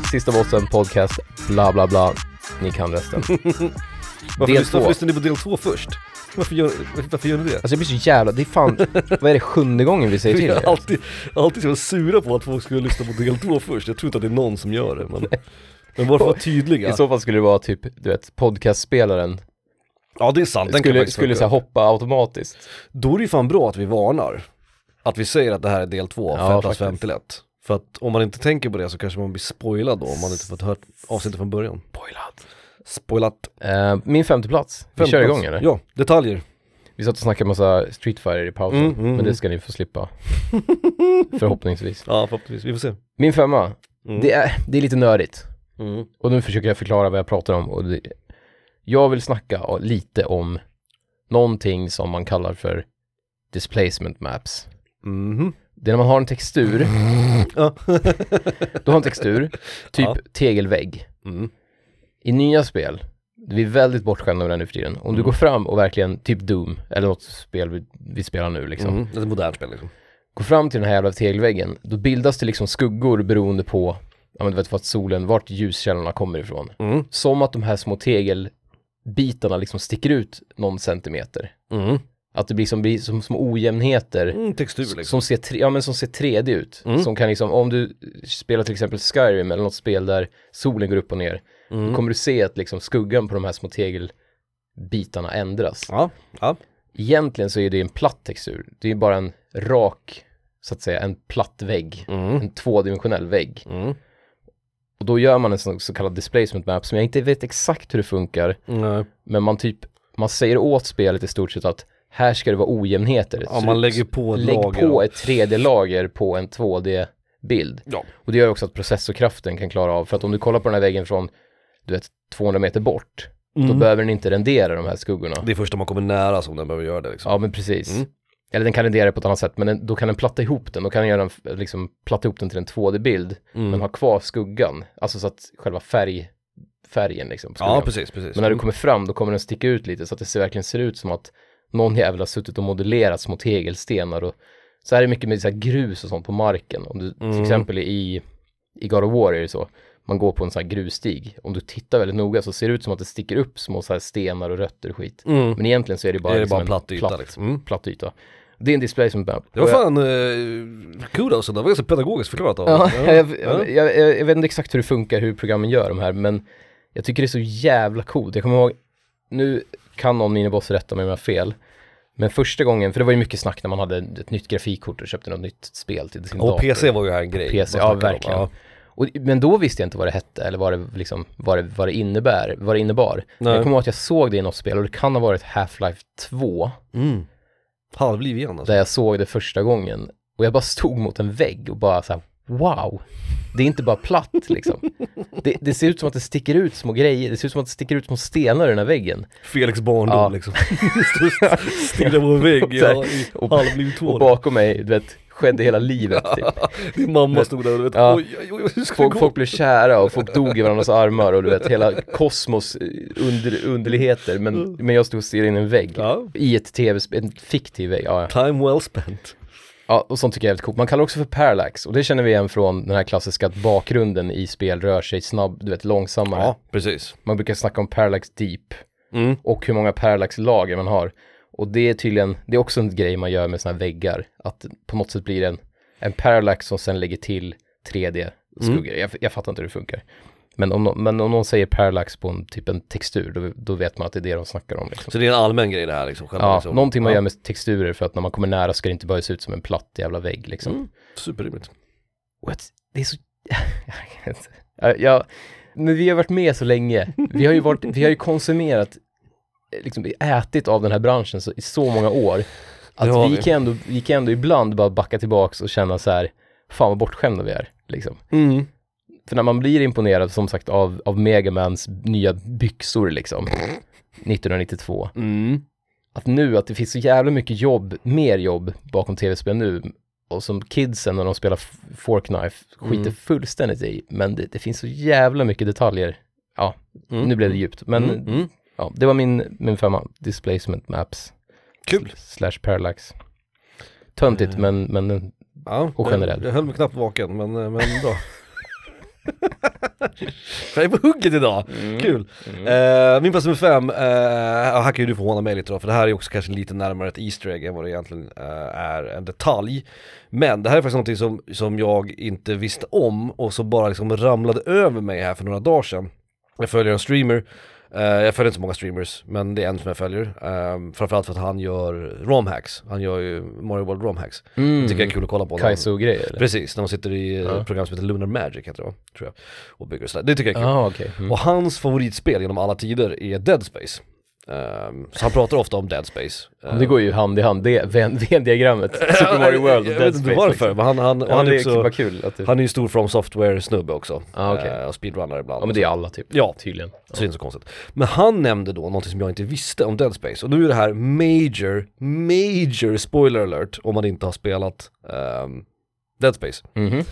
Sista bossen, podcast, bla bla bla. Ni kan resten. Varför lyssnar ni på del 2 först? Varför gör ni det? Alltså det blir så jävla, det är fan, vad är det 7:e gången vi säger till Jag det? är alltid så sura på att folk skulle lyssna på del 2 först. Jag tror inte att det är någon som gör det, men bara för att vara tydliga. I så fall skulle det vara typ, du vet, podcastspelaren. Ja, det är sant. Den skulle så här hoppa automatiskt. Då är det ju fan bra att vi varnar. Att vi säger att det här är del 2 av 5+51. För att om man inte tänker på det så kanske man blir spoilad då, om man inte fått hört avsnittet från början. Spoilat. Min 5:e plats. Vi kör igång eller? Ja, detaljer. Vi satt och snackade massa Street Fighter i pausen, men det ska ni få slippa. Förhoppningsvis. Ja, förhoppningsvis. Vi får se. Min 5:a, det är lite nördigt. Och nu försöker jag förklara vad jag pratar om. Och jag vill snacka lite om någonting som man kallar för displacement maps. Det är när man har en textur. Du har en textur, typ tegelvägg. I nya spel, vi är väldigt bortskämda med den nu för tiden. Om du går fram och verkligen, typ Doom, eller något spel vi spelar nu liksom. Det är ett modernt spel liksom. Går fram till den här jävla tegelväggen, då bildas det liksom skuggor beroende på, ja men du vet, vart solen, vart ljuskällorna kommer ifrån. Som att de här små tegelbitarna liksom sticker ut någon centimeter. Att det blir som små ojämnheter textur liksom. som ser 3D ut. Som kan liksom, om du spelar till exempel Skyrim eller något spel där solen går upp och ner, då kommer du se att liksom skuggan på de här små tegelbitarna ändras. Ja. Egentligen så är det en platt textur. Det är bara en rak, så att säga, en platt vägg. En tvådimensionell vägg. Och då gör man en så kallad displacement map som jag inte vet exakt hur det funkar. Men man säger åt spelet i stort sett att här ska det vara ojämnheter. Ja, man lägger på ett 3D-lager på en 2D-bild. Ja. Och det gör också att processorkraften kan klara av. För att om du kollar på den här väggen från, du vet, 200 meter bort, då behöver den inte rendera de här skuggorna. Det är först när man kommer nära som den behöver göra det liksom. Ja, men precis. Eller den kan rendera på ett annat sätt, men då kan den platta ihop den. Då kan den göra platta ihop den till en 2D-bild, men ha kvar skuggan. Alltså så att själva färgen liksom. Ja, precis. Men när du kommer fram, då kommer den sticka ut lite så att det verkligen ser ut som att någon jävla suttit och modellerat små tegelstenar. Och så är det mycket med så här grus och sånt på marken. Om du till exempel i God of War är det så. Man går på en sån här grusstig. Om du tittar väldigt noga så ser det ut som att det sticker upp små så här stenar och rötter och skit. Men egentligen så är det bara, en platt yta. Liksom. Platt yta. Det är en displacement map. Det var fan kudos, det var ganska pedagogiskt förklarat av. Jag vet inte exakt hur det funkar, hur programmen gör de här, men jag tycker det är så jävla coolt. Jag kommer ihåg, nu kan någon miniboss rätta mig om jag har fel, men första gången, för det var ju mycket snack när man hade ett nytt grafikkort och köpte något nytt spel till sin dator. Och PC var ju här en grej. PC, ja verkligen. Men då visste jag inte vad det hette eller vad det innebar. Jag kommer ihåg att jag såg det i något spel och det kan ha varit Half-Life 2. Halvliv igen alltså. Där jag såg det första gången och jag bara stod mot en vägg och bara så här, wow, det är inte bara platt liksom. Det ser ut som att det sticker ut små grejer. Det ser ut som att det sticker ut små stenar i den här väggen. Felix barndom liksom. Stirrar på en vägg i Halvliv 2. Och bakom mig, du vet, skedde hela livet typ. Din mamma stod där och du vet, oj, folk blev kära och folk dog i varandras armar och du vet, hela kosmos underligheter, men jag stod och stirrade in en vägg i ett tv-spel, en fiktiv vägg. Time well spent. Ja, och sånt tycker jag är väldigt coolt. Man kallar också för parallax, och det känner vi igen från den här klassiska att bakgrunden i spel rör sig du vet, långsammare. Ja, precis. Man brukar snacka om parallax deep och hur många parallax-lager man har. Och det är tydligen, det är också en grej man gör med såna här väggar. Att på något sätt blir det en parallax som sen lägger till 3D-skuggor. Jag fattar inte hur det funkar. Men om någon säger parallax på en textur, då vet man att det är det de snackar om. Liksom. Så det är en allmän grej det här liksom? Liksom. Någonting man gör med texturer för att när man kommer nära ska det inte bara se ut som en platt jävla vägg. Liksom. Superrimligt. Det är så... Men vi har varit med så länge. Vi har ju konsumerat, liksom ätit av den här branschen i så många år. Att vi kan ändå ibland bara backa tillbaks och känna så här, fan vad bortskämda vi är. Liksom. För när man blir imponerad som sagt av Megamans nya byxor liksom 1992. Att det finns så jävla mycket mer jobb bakom tv-spel nu, och som kidsen när de spelar Forkknife skiter fullständigt i, men det finns så jävla mycket detaljer. Ja, nu blev det djupt, men ja, det var min femma, displacement maps. Kul. / parallax. Töntigt men och generellt. Jag höll mig knappt vaken, men bra. Jag är på hugget idag, kul. Min plats nummer 5, här kan ju du få håna mig lite då, för det här är också kanske lite närmare ett Easter egg än vad det egentligen är en detalj. Men det här är faktiskt någonting som jag inte visste om och som bara liksom ramlade över mig här för några dagar sedan. Jag följer en streamer. Jag följer inte så många streamers, men det är en som jag följer. Framförallt för att han gör romhacks. Han gör ju Mario World romhacks. Det tycker jag är kul att kolla på. Kaizo-grejer eller? Precis, när man sitter i ett program som heter Lunar Magic heter det, tror jag. Och bygger sådär. Det tycker jag är kul. Och hans favoritspel genom alla tider är Dead Space. Så han pratar ofta om Dead Space. Det går ju hand i hand, det Venn-diagrammet. Super Mario World och Dead Space. Varför, men han är också, kul att han är ju stor From Software-snubbe också. Och speedrunner ibland. Ja, men det är alla typ. Ja, tydligen. Så det är inte så konstigt. Men han nämnde då något som jag inte visste om Dead Space. Och nu är det här major spoiler alert om man inte har spelat Dead Space.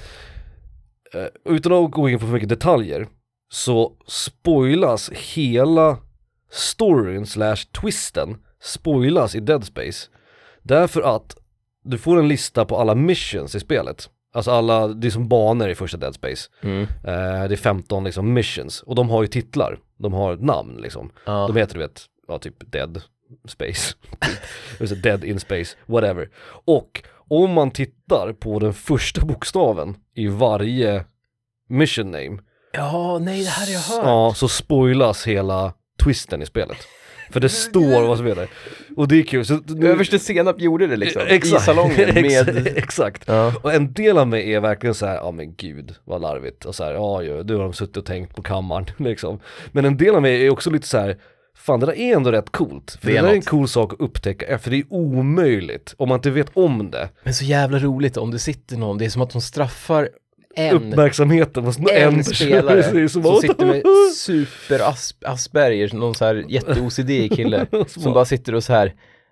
Utan att gå in på för mycket detaljer så spoilas hela storyn / twisten spoilas i Dead Space. Därför att du får en lista på alla missions i spelet. Alltså alla, det är som banor i första Dead Space. Det är 15 liksom missions. Och de har ju titlar. De har ett namn liksom. De heter, du vet, typ Dead Space. Dead in Space, whatever. Och om man tittar på den första bokstaven i varje mission name. Ja, nej, det här har jag hört. Ja, så spoilas hela twisten i spelet. För det står vad som är där. Och det är kul. Så överste Senap gjorde det liksom. Exakt. I salongen med... Exakt. Ja. Och en del av mig är verkligen så här, ja men gud, vad larvigt. Och så här, ja, du har de suttit och tänkt på kammaren liksom. Men en del av mig är också lite så här, fan det där är ändå rätt coolt. För det där är en cool sak att upptäcka. För det är omöjligt om man inte vet om det. Men så jävla roligt om det sitter någon. Det är som att de straffar uppmärksamheten hos en spelare som sitter med super Asperger, någon så här jätte-OCD kille som bara sitter och så här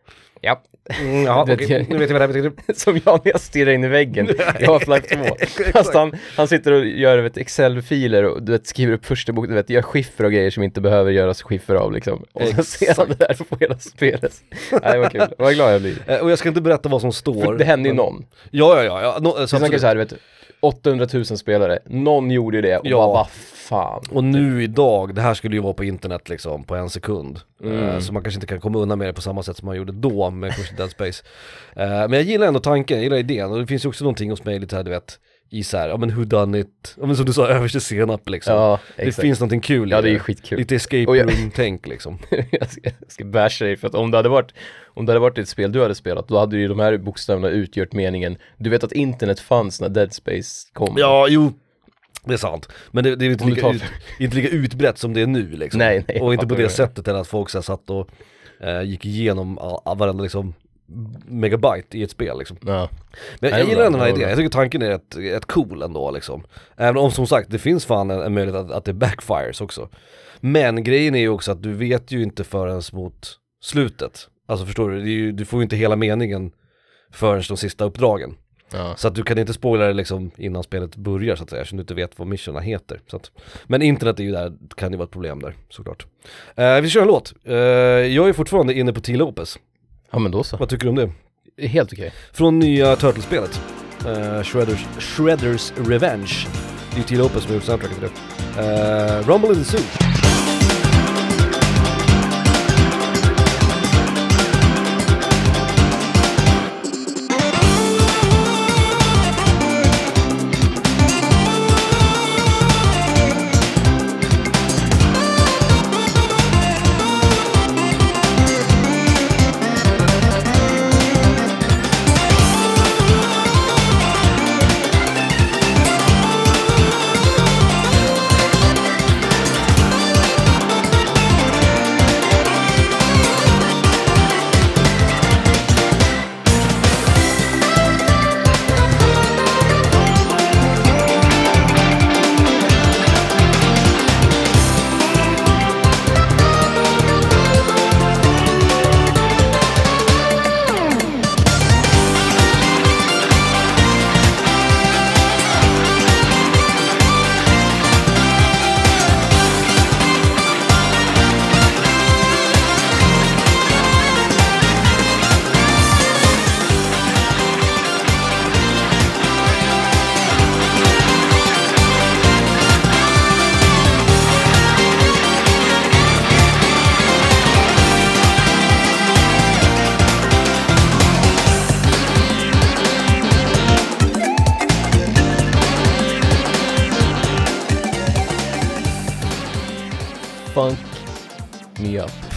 nu vet jag vad det här betyder. Som jag när jag stirrar in i väggen i Half-Life 2. Fast han sitter och gör Excel-filer och du vet, skriver upp första boken, du vet, gör skiffer och grejer som inte behöver göras skiffer av liksom. Och så ser han det där på hela spelet. Nej, det var kul. Vad glad jag blir. Och jag ska inte berätta vad som står. För det händer ju någon. Ja. Så snackar så här, du vet, 800 000 spelare. Någon gjorde det och bara, vad fan. Och nu idag, det här skulle ju vara på internet liksom på en sekund. Så man kanske inte kan komma undan med det på samma sätt som man gjorde då med Dead Space. Men jag gillar ändå tanken, jag gillar idén. Och det finns ju också någonting hos mig lite här, du vet, i så här, ja men who done it? Ja men som du sa, överste senap liksom. Ja, det finns någonting kul i det. Ja, det är ju skitkul. Lite escape room-tänk liksom. jag ska basha dig, för att om det hade varit ett spel du hade spelat, då hade ju de här bokstäverna utgjort meningen. Du vet att internet fanns när Dead Space kom. Ja, jo. Det är sant. Men det är inte lika utbrett som det är nu liksom. Nej, och inte på det sättet att folk så här satt och gick igenom varandra liksom megabyte i ett spel liksom. Ja. Men jag gillar den här idén. Jag tycker tanken är ett cool ändå liksom. Även om som sagt det finns fan en möjlighet att det backfires också. Men grejen är ju också att du vet ju inte förrän mot slutet. Alltså förstår du, du får ju inte hela meningen förrän de sista uppdragen. Ja. Så att du kan inte spoila det liksom innan spelet börjar så att säga, så du inte vet vad missionerna heter. Så att, men internet är ju där, kan ju vara ett problem där såklart. Vi kör en låt. Jag är fortfarande inne på T. Lopez. Ja men då så. Vad tycker du om det? Helt okej. Från nya Turtles-spelet. Shredder's Revenge. Det är T. Lopez som har gjort soundtracket till det. Rumble in the Zoo.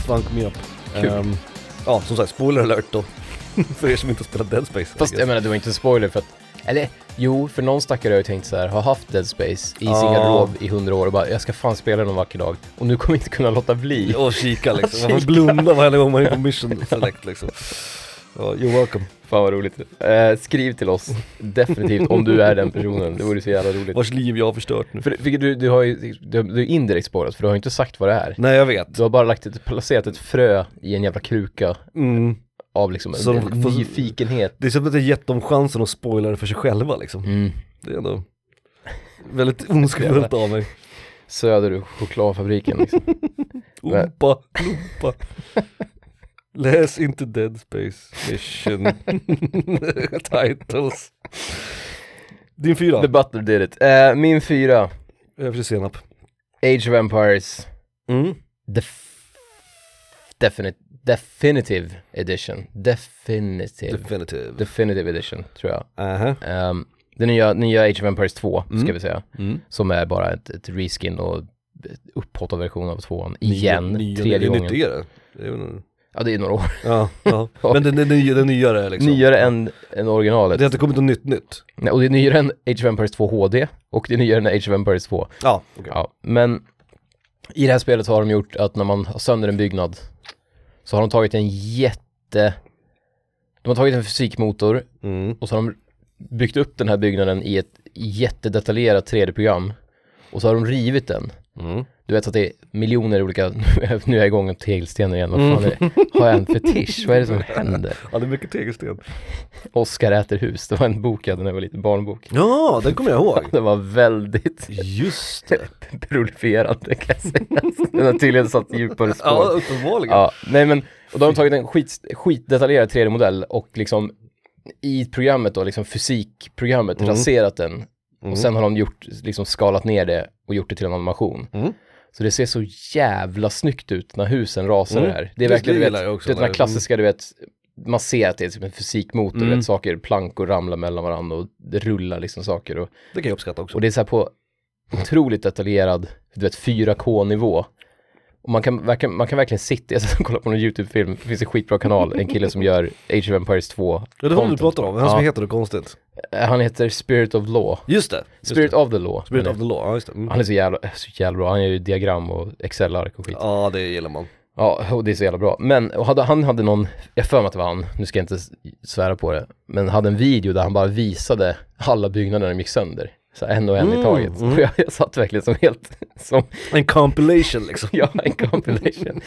Funk me up. Ja, som sagt, spoiler alert då. För er som inte har spelat Dead Space. Fast jag menar, det var inte en spoiler för att... Eller, jo, för någon stackare har ju tänkt så här, har haft Dead Space i sin garderob i 100 år och bara, jag ska fan spela någon vacker dag. Och nu kommer jag inte kunna låta bli. Och kika liksom. Man får blunda varje gång man är på mission select liksom. You're welcome. Fan vad roligt. Skriv till oss, definitivt, om du är den personen. Det vore så jävla roligt. Vars liv jag har förstört nu. För du har ju du är indirekt spårat, för du har ju inte sagt vad det är. Nej, jag vet. Du har bara placerat ett frö i en jävla kruka. Av liksom en nyfikenhet. Det är som att jag gett dem chansen att spoila det för sig själva liksom. Det är ändå väldigt ondskefullt av mig. Söder chokladfabriken liksom. Opa. Läs inte Dead Space Mission titles. Din 4. The Butler did it. Min 4. Övrig senap. Age of Empires. Definitive Edition. Definitive Edition, tror jag. Den nya Age of Empires 2, ska vi säga. Som är bara ett reskin och upphottad version av 2an. Igen, tredje gången. Det är Ja, det är några år. Ja. Men den nyare liksom. Nyare än originalet. Det har inte kommit något nytt. Nej, och det är nyare än Age of Empires 2 HD. Och det är nyare än Age of Empires 2. Ja, okay. Ja, men i det här spelet har de gjort att när man har sönder en byggnad så har de tagit de har tagit en fysikmotor och så har de byggt upp den här byggnaden i ett jättedetaljerat 3D-program och så har de rivit den. Du vet att det är miljoner olika, nu är jag igång en tegelsten igen, vad fan är det? Har jag en fetisch? Vad är det som händer? Ja, det är mycket tegelsten. Oscar äter hus, det var en bok jag hade när jag var liten, barnbok. Ja, den kommer jag ihåg. Den var väldigt just det. proliferande, kan jag säga. Den har tydligen satt djupare spår. Ja, uppenbarligen. Ja, nej men, och då har de tagit en skitdetaljerad 3D-modell och liksom i programmet då, liksom fysikprogrammet, raserat den. Och sen har de liksom skalat ner det och gjort det till en animation. Så det ser så jävla snyggt ut när husen rasar där. Det är verkligen, du vet, den här klassiska, du vet, man ser att det är som en fysikmotor, du vet, saker, plankor ramlar mellan varandra och det rullar liksom saker. Och, det kan jag uppskatta också. Och det är så här på otroligt detaljerad, du vet, 4K-nivå. Och man kan verkligen sitta, jag ska kolla på någon YouTube-film, det finns en skitbra kanal, en kille som gör Age of Empires 2. Ja, det har du pratat om, han som heter det konstigt. Han heter Spirit of Law. Just det. Spirit of the Law. Spirit of the Law, ja just det. Han är så jävla bra, han gör ju diagram och Excel-ark och skit. Ja, det gillar man. Ja, och det är så jävla bra. Men han hade någon, jag för mig att det var han, nu ska jag inte svära på det, men hade en video där han bara visade alla byggnader när de gick sönder. Så en och en i taget. Och jag satt verkligen som en compilation liksom. Ja, en compilation.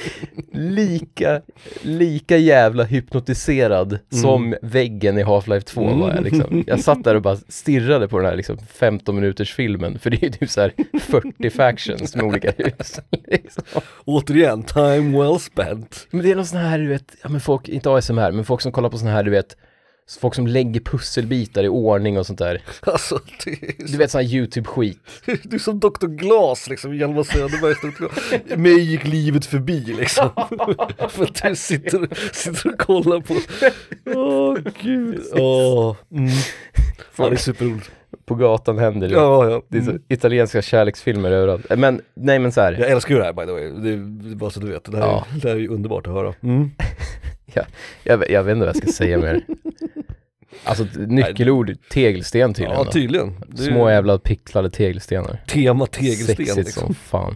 Lika jävla hypnotiserad som väggen i Half-Life 2 var jag liksom. Jag satt där och bara stirrade på den här liksom 15 minuters filmen. För det är ju typ så här 40 factions med olika hus. Liksom. Återigen, time well spent. Men det är någon sån här, du vet, ja, men folk, inte ASMR, men folk som kollar på sån här, du vet, folk som lägger pusselbitar i ordning och sånt där. Alltså, du vet, sån här YouTube-skit. Du är som Dr. Glas liksom, Hjalmar Söderberg. Mig gick livet förbi liksom. För att du sitter och kollar på. Gud. Ja, det är superroligt. På gatan händer det. Ja. Det är så italienska kärleksfilmer överallt. Men, nej men så här. Jag älskar ju det här, by the way. Det är bara så du vet. Det här är ju underbart att höra. Ja, jag vet inte vad jag ska säga mer. Alltså nyckelord, tegelsten tydligen. Ja, tydligen. Små jävla pixlade tegelstenar. Tema tegelsten. Sexigt liksom. Som fan.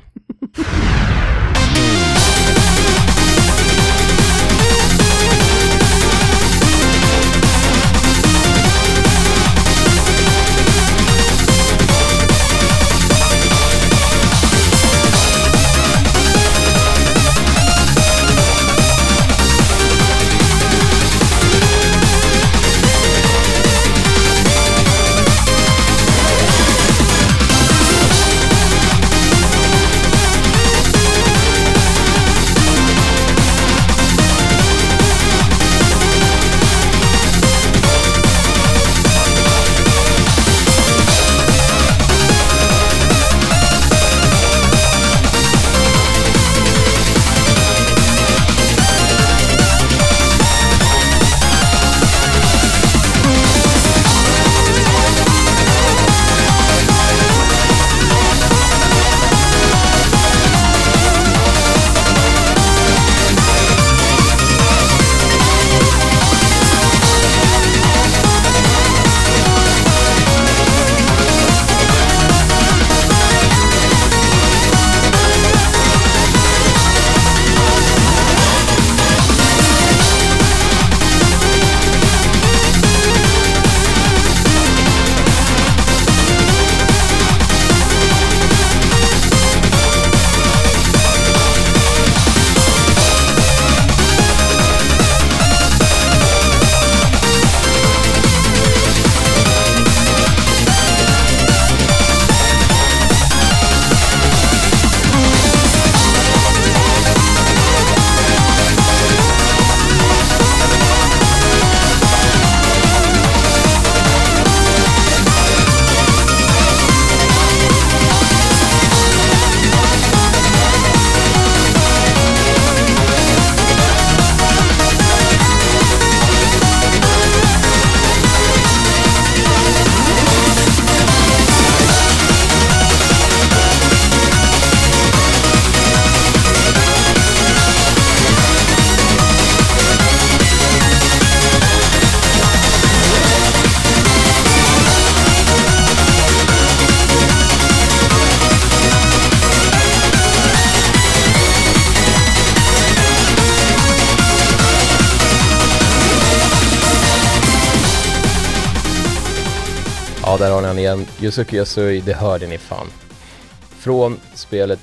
Ja, där har ni han igen. Yusuke Yasui, det hörde ni fan. Från spelet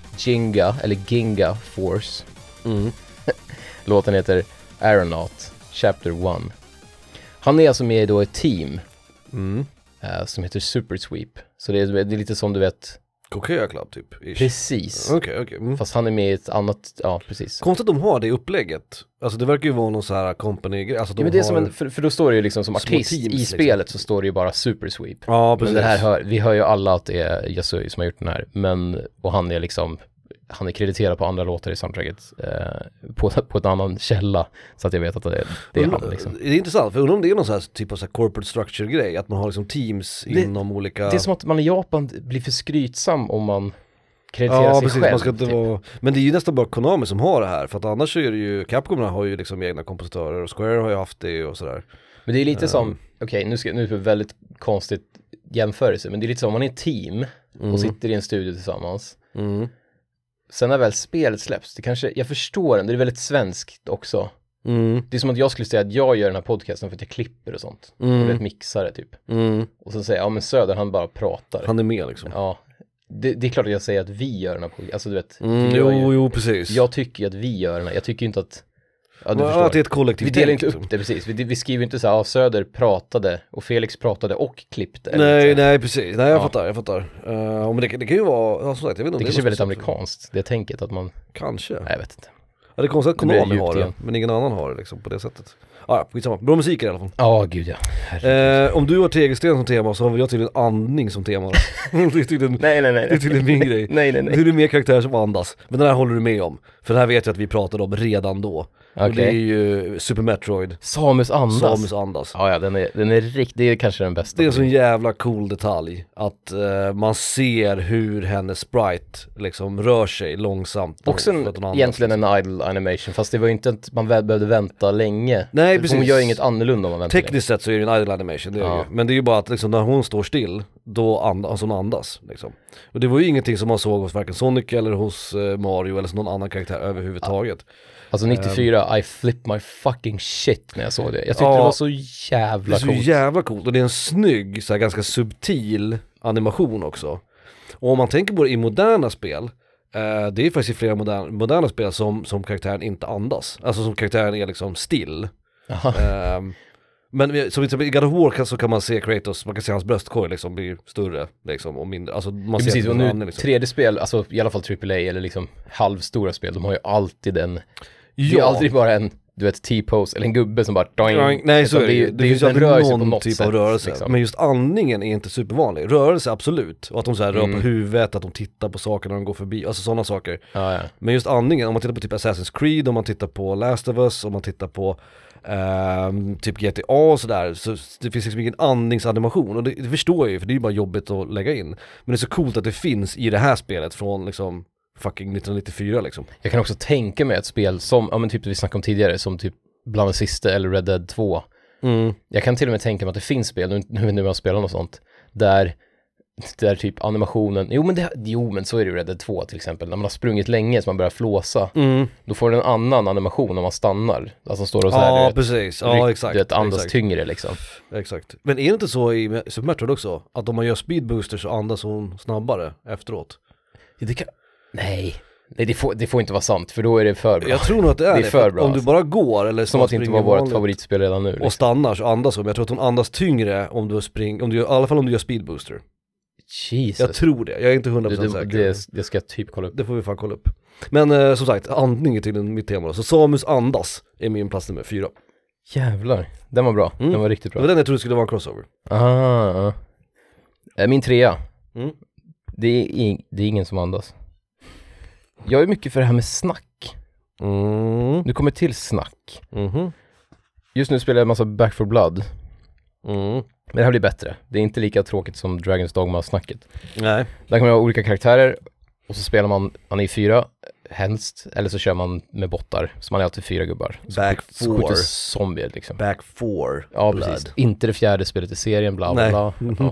Ginga Force. Låten heter Aeronaut, Chapter 1. Han är alltså med då ett team som heter Super Sweep. Så det är lite som du vet... Kokea Club typ? Ish. Precis. Okay. Fast han är med i ett annat... Ja, precis. Konstigt att de har det upplägget. Alltså det verkar ju vara någon så här company... Alltså men det är som för då står det ju liksom som artist i spelet liksom. Så står det ju bara Super Sweep. Ja, precis. Men det här vi hör ju alla att det är Yasui som har gjort den här. Och han är liksom... Han är krediterad på andra låtar i soundtracket på en annan källa, så att jag vet att det är han liksom. Det är intressant, för undrar om det är någon sån här typ av så här corporate structure grej, att man har liksom teams inom olika... Det är som att man i Japan blir för skrytsam om man krediterar sig precis, själv. Man ska inte vara... Men det är ju nästan bara Konami som har det här, för att annars är det ju, Capcom har ju liksom egna kompositörer och Square har ju haft det och sådär. Men det är lite som, nu är det väldigt konstigt jämförelse, men det är lite som om man är ett team och sitter i en studio tillsammans. Sen när väl spelet släpps, det kanske, jag förstår den, det är väldigt svenskt också. Det är som att jag skulle säga att jag gör den här podcasten för att jag klipper och sånt. Och vet mixare typ. Och så säger jag, men Söder han bara pratar. Han är med liksom. Ja. Det är klart att jag säger att vi gör den här podcasten. Alltså du vet. Jo, precis. Jag tycker ju att vi gör den här. Jag tycker inte att... Ja, du förstår. Att det är ett kollektivt. Vi delar inte upp det, precis. Vi skriver inte så här, Söder pratade och Felix pratade och klippte. Nej, precis. Nej, jag fattar. Men det kan ju vara, alltså, jag vet inte. Det kanske är väldigt amerikanskt, det tänket att man... Kanske. Nej, jag vet inte. Ja, det är konstigt att Konami har det, men ingen annan har det liksom på det sättet. Ja, skitsamma. Bra musik i alla fall. Ja, gud ja. Om du har tegelsten som tema så har väl jag tydligen andning som tema. Det är tydligen, nej. Det är tydligen min grej. Nej. Du är mer karaktär som andas. Men den här håller du med om. För den här vet jag att vi pratade om redan då. Okay. Och det är ju Super Metroid. Samus andas. Ja, den är riktigt, det är kanske den bästa. Det är en sån jävla cool detalj. Att man ser hur hennes sprite liksom rör sig långsamt. Också egentligen en idle animation. Fast det var ju inte att man behövde vänta länge. Nej, precis. Hon gör inget annorlunda om man väntar. Tekniskt sett så är det en idle animation, det är ju. Men det är ju bara att liksom, när hon står still, då andas liksom. Och det var ju ingenting som man såg hos varken Sonic eller hos Mario eller någon annan karaktär överhuvudtaget. Alltså 94, I flip my fucking shit när jag såg det. Jag tyckte det var så jävla coolt. Det är så jävla coolt och det är en snygg, så här, ganska subtil animation också. Och om man tänker på det i moderna spel, det är faktiskt i flera moderna spel som karaktären inte andas. Alltså som karaktären är liksom still. Men som i God of War så kan man se Kratos, man kan se hans bröstkorg liksom blir större liksom, och mindre. Alltså man ser precis, och nu liksom. 3D-spel, alltså i alla fall AAA eller liksom halvstora spel, de har ju alltid en... Det är aldrig bara en, du vet, T-pose eller en gubbe som bara... Nej, så är det. Det finns ju aldrig någon typ av rörelse. Liksom. Men just andningen är inte supervanlig. Rörelse absolut. Och att de så här rör på huvudet, att de tittar på saker när de går förbi. Alltså sådana saker. Ja. Men just andningen, om man tittar på typ Assassin's Creed, om man tittar på Last of Us, om man tittar på typ GTA och sådär, så det finns liksom ingen andningsanimation. Och det förstår jag ju, för det är ju bara jobbigt att lägga in. Men det är så coolt att det finns i det här spelet från liksom... fucking 1994 liksom. Jag kan också tänka mig ett spel som, ja men typ det vi snackade om tidigare, som typ bland det sista eller Red Dead 2. Jag kan till och med tänka mig att det finns spel, nu när man spelar något sånt, där typ animationen, jo men så är det ju Red Dead 2 till exempel, när man har sprungit länge så man börjar flåsa, då får det en annan animation om man stannar. Alltså står det så här, precis. Exakt. Det andas tyngre liksom. Exakt. Men är det inte så i Super Metroid också, att om man gör speedbooster så andas hon snabbare efteråt? Nej, det får inte vara sant, för då är det för bra. Jag tror nog att det är för bra. Om du bara går eller som att det inte var vårt favoritspel redan nu. Liksom. Och stannar så andas hon. Men jag tror att hon andas tyngre om du i alla fall om du gör speedbooster. Jesus. Jag tror det. Jag är inte 100% säker. Det ska jag typ kolla upp. Det får vi fan kolla upp. Men som sagt, andning är till mitt tema. Så Samus andas är min plats nummer 4. Jävlar, den var bra. Den var riktigt bra. Det var den jag trodde skulle vara en crossover. Min 3. Det är ingen som andas. Jag är mycket för det här med snack. Nu kommer till snack. Just nu spelar jag en massa Back 4 Blood. Men det här blir bättre. Det är inte lika tråkigt som Dragon's Dogma-snacket. Nej. Där kan man ha olika karaktärer. Och så spelar man är 4 helst. Eller så kör man med bottar. Så man är alltid 4 gubbar. Back 4. Så skjuter zombier liksom. Back 4. Ja, precis. Inte det 4:e spelet i serien, bla bla bla.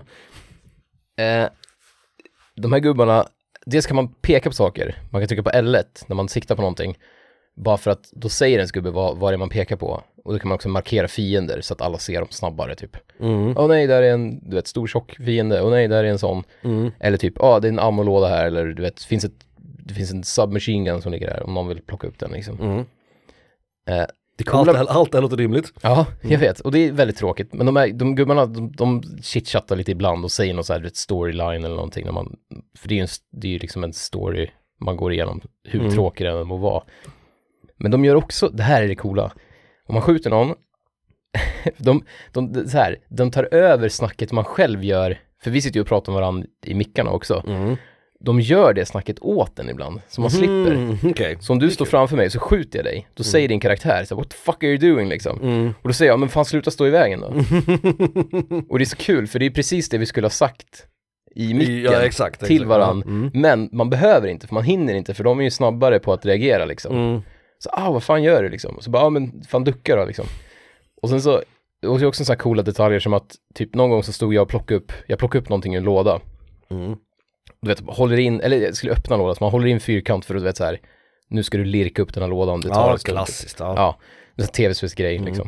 De här gubbarna, dels kan man peka på saker. Man kan trycka på L1 när man siktar på någonting. Bara för att då säger en skubbe vad det är man pekar på. Och då kan man också markera fiender så att alla ser dem snabbare typ. Åh nej, där är en stor tjock fiende. Åh nej, där är en sån. Eller typ, det är en ammolåda här. Eller du vet, det finns en submachine gun som ligger där om någon vill plocka upp den liksom. Det coola... allt det här låter rimligt. Ja, jag vet. Och det är väldigt tråkigt. Men de gubbarna, de chitchattar lite ibland och säger något så här, storyline eller någonting. För det är ju liksom en story man går igenom, hur tråkig den må vara. Men de gör också, det här är det coola. Om man skjuter någon, de tar över snacket man själv gör. För vi sitter ju och pratar om varandra i mickarna också. De gör det snacket åt en ibland, så man slipper. Okay. Så om du står framför mig så skjuter jag dig. Då säger din karaktär så what the fuck are you doing liksom? Och då säger jag, men fan sluta stå i vägen då. Och det är så kul, för det är precis det vi skulle ha sagt i micken exakt. till varann. Men man behöver inte, för man hinner inte, för de är ju snabbare på att reagera liksom. Så vad fan gör du liksom? Så bara, men fan ducka då liksom. Och sen så, det var också sådana coola detaljer som att typ någon gång så stod jag och plockade upp någonting i en låda. Du vet, håller in, eller jag skulle öppna en låda, så man håller in fyrkant för att du vet så här, nu ska du lirka upp den här lådan. Det tar klassiskt. Ja, det är en tv-spelsgrej liksom.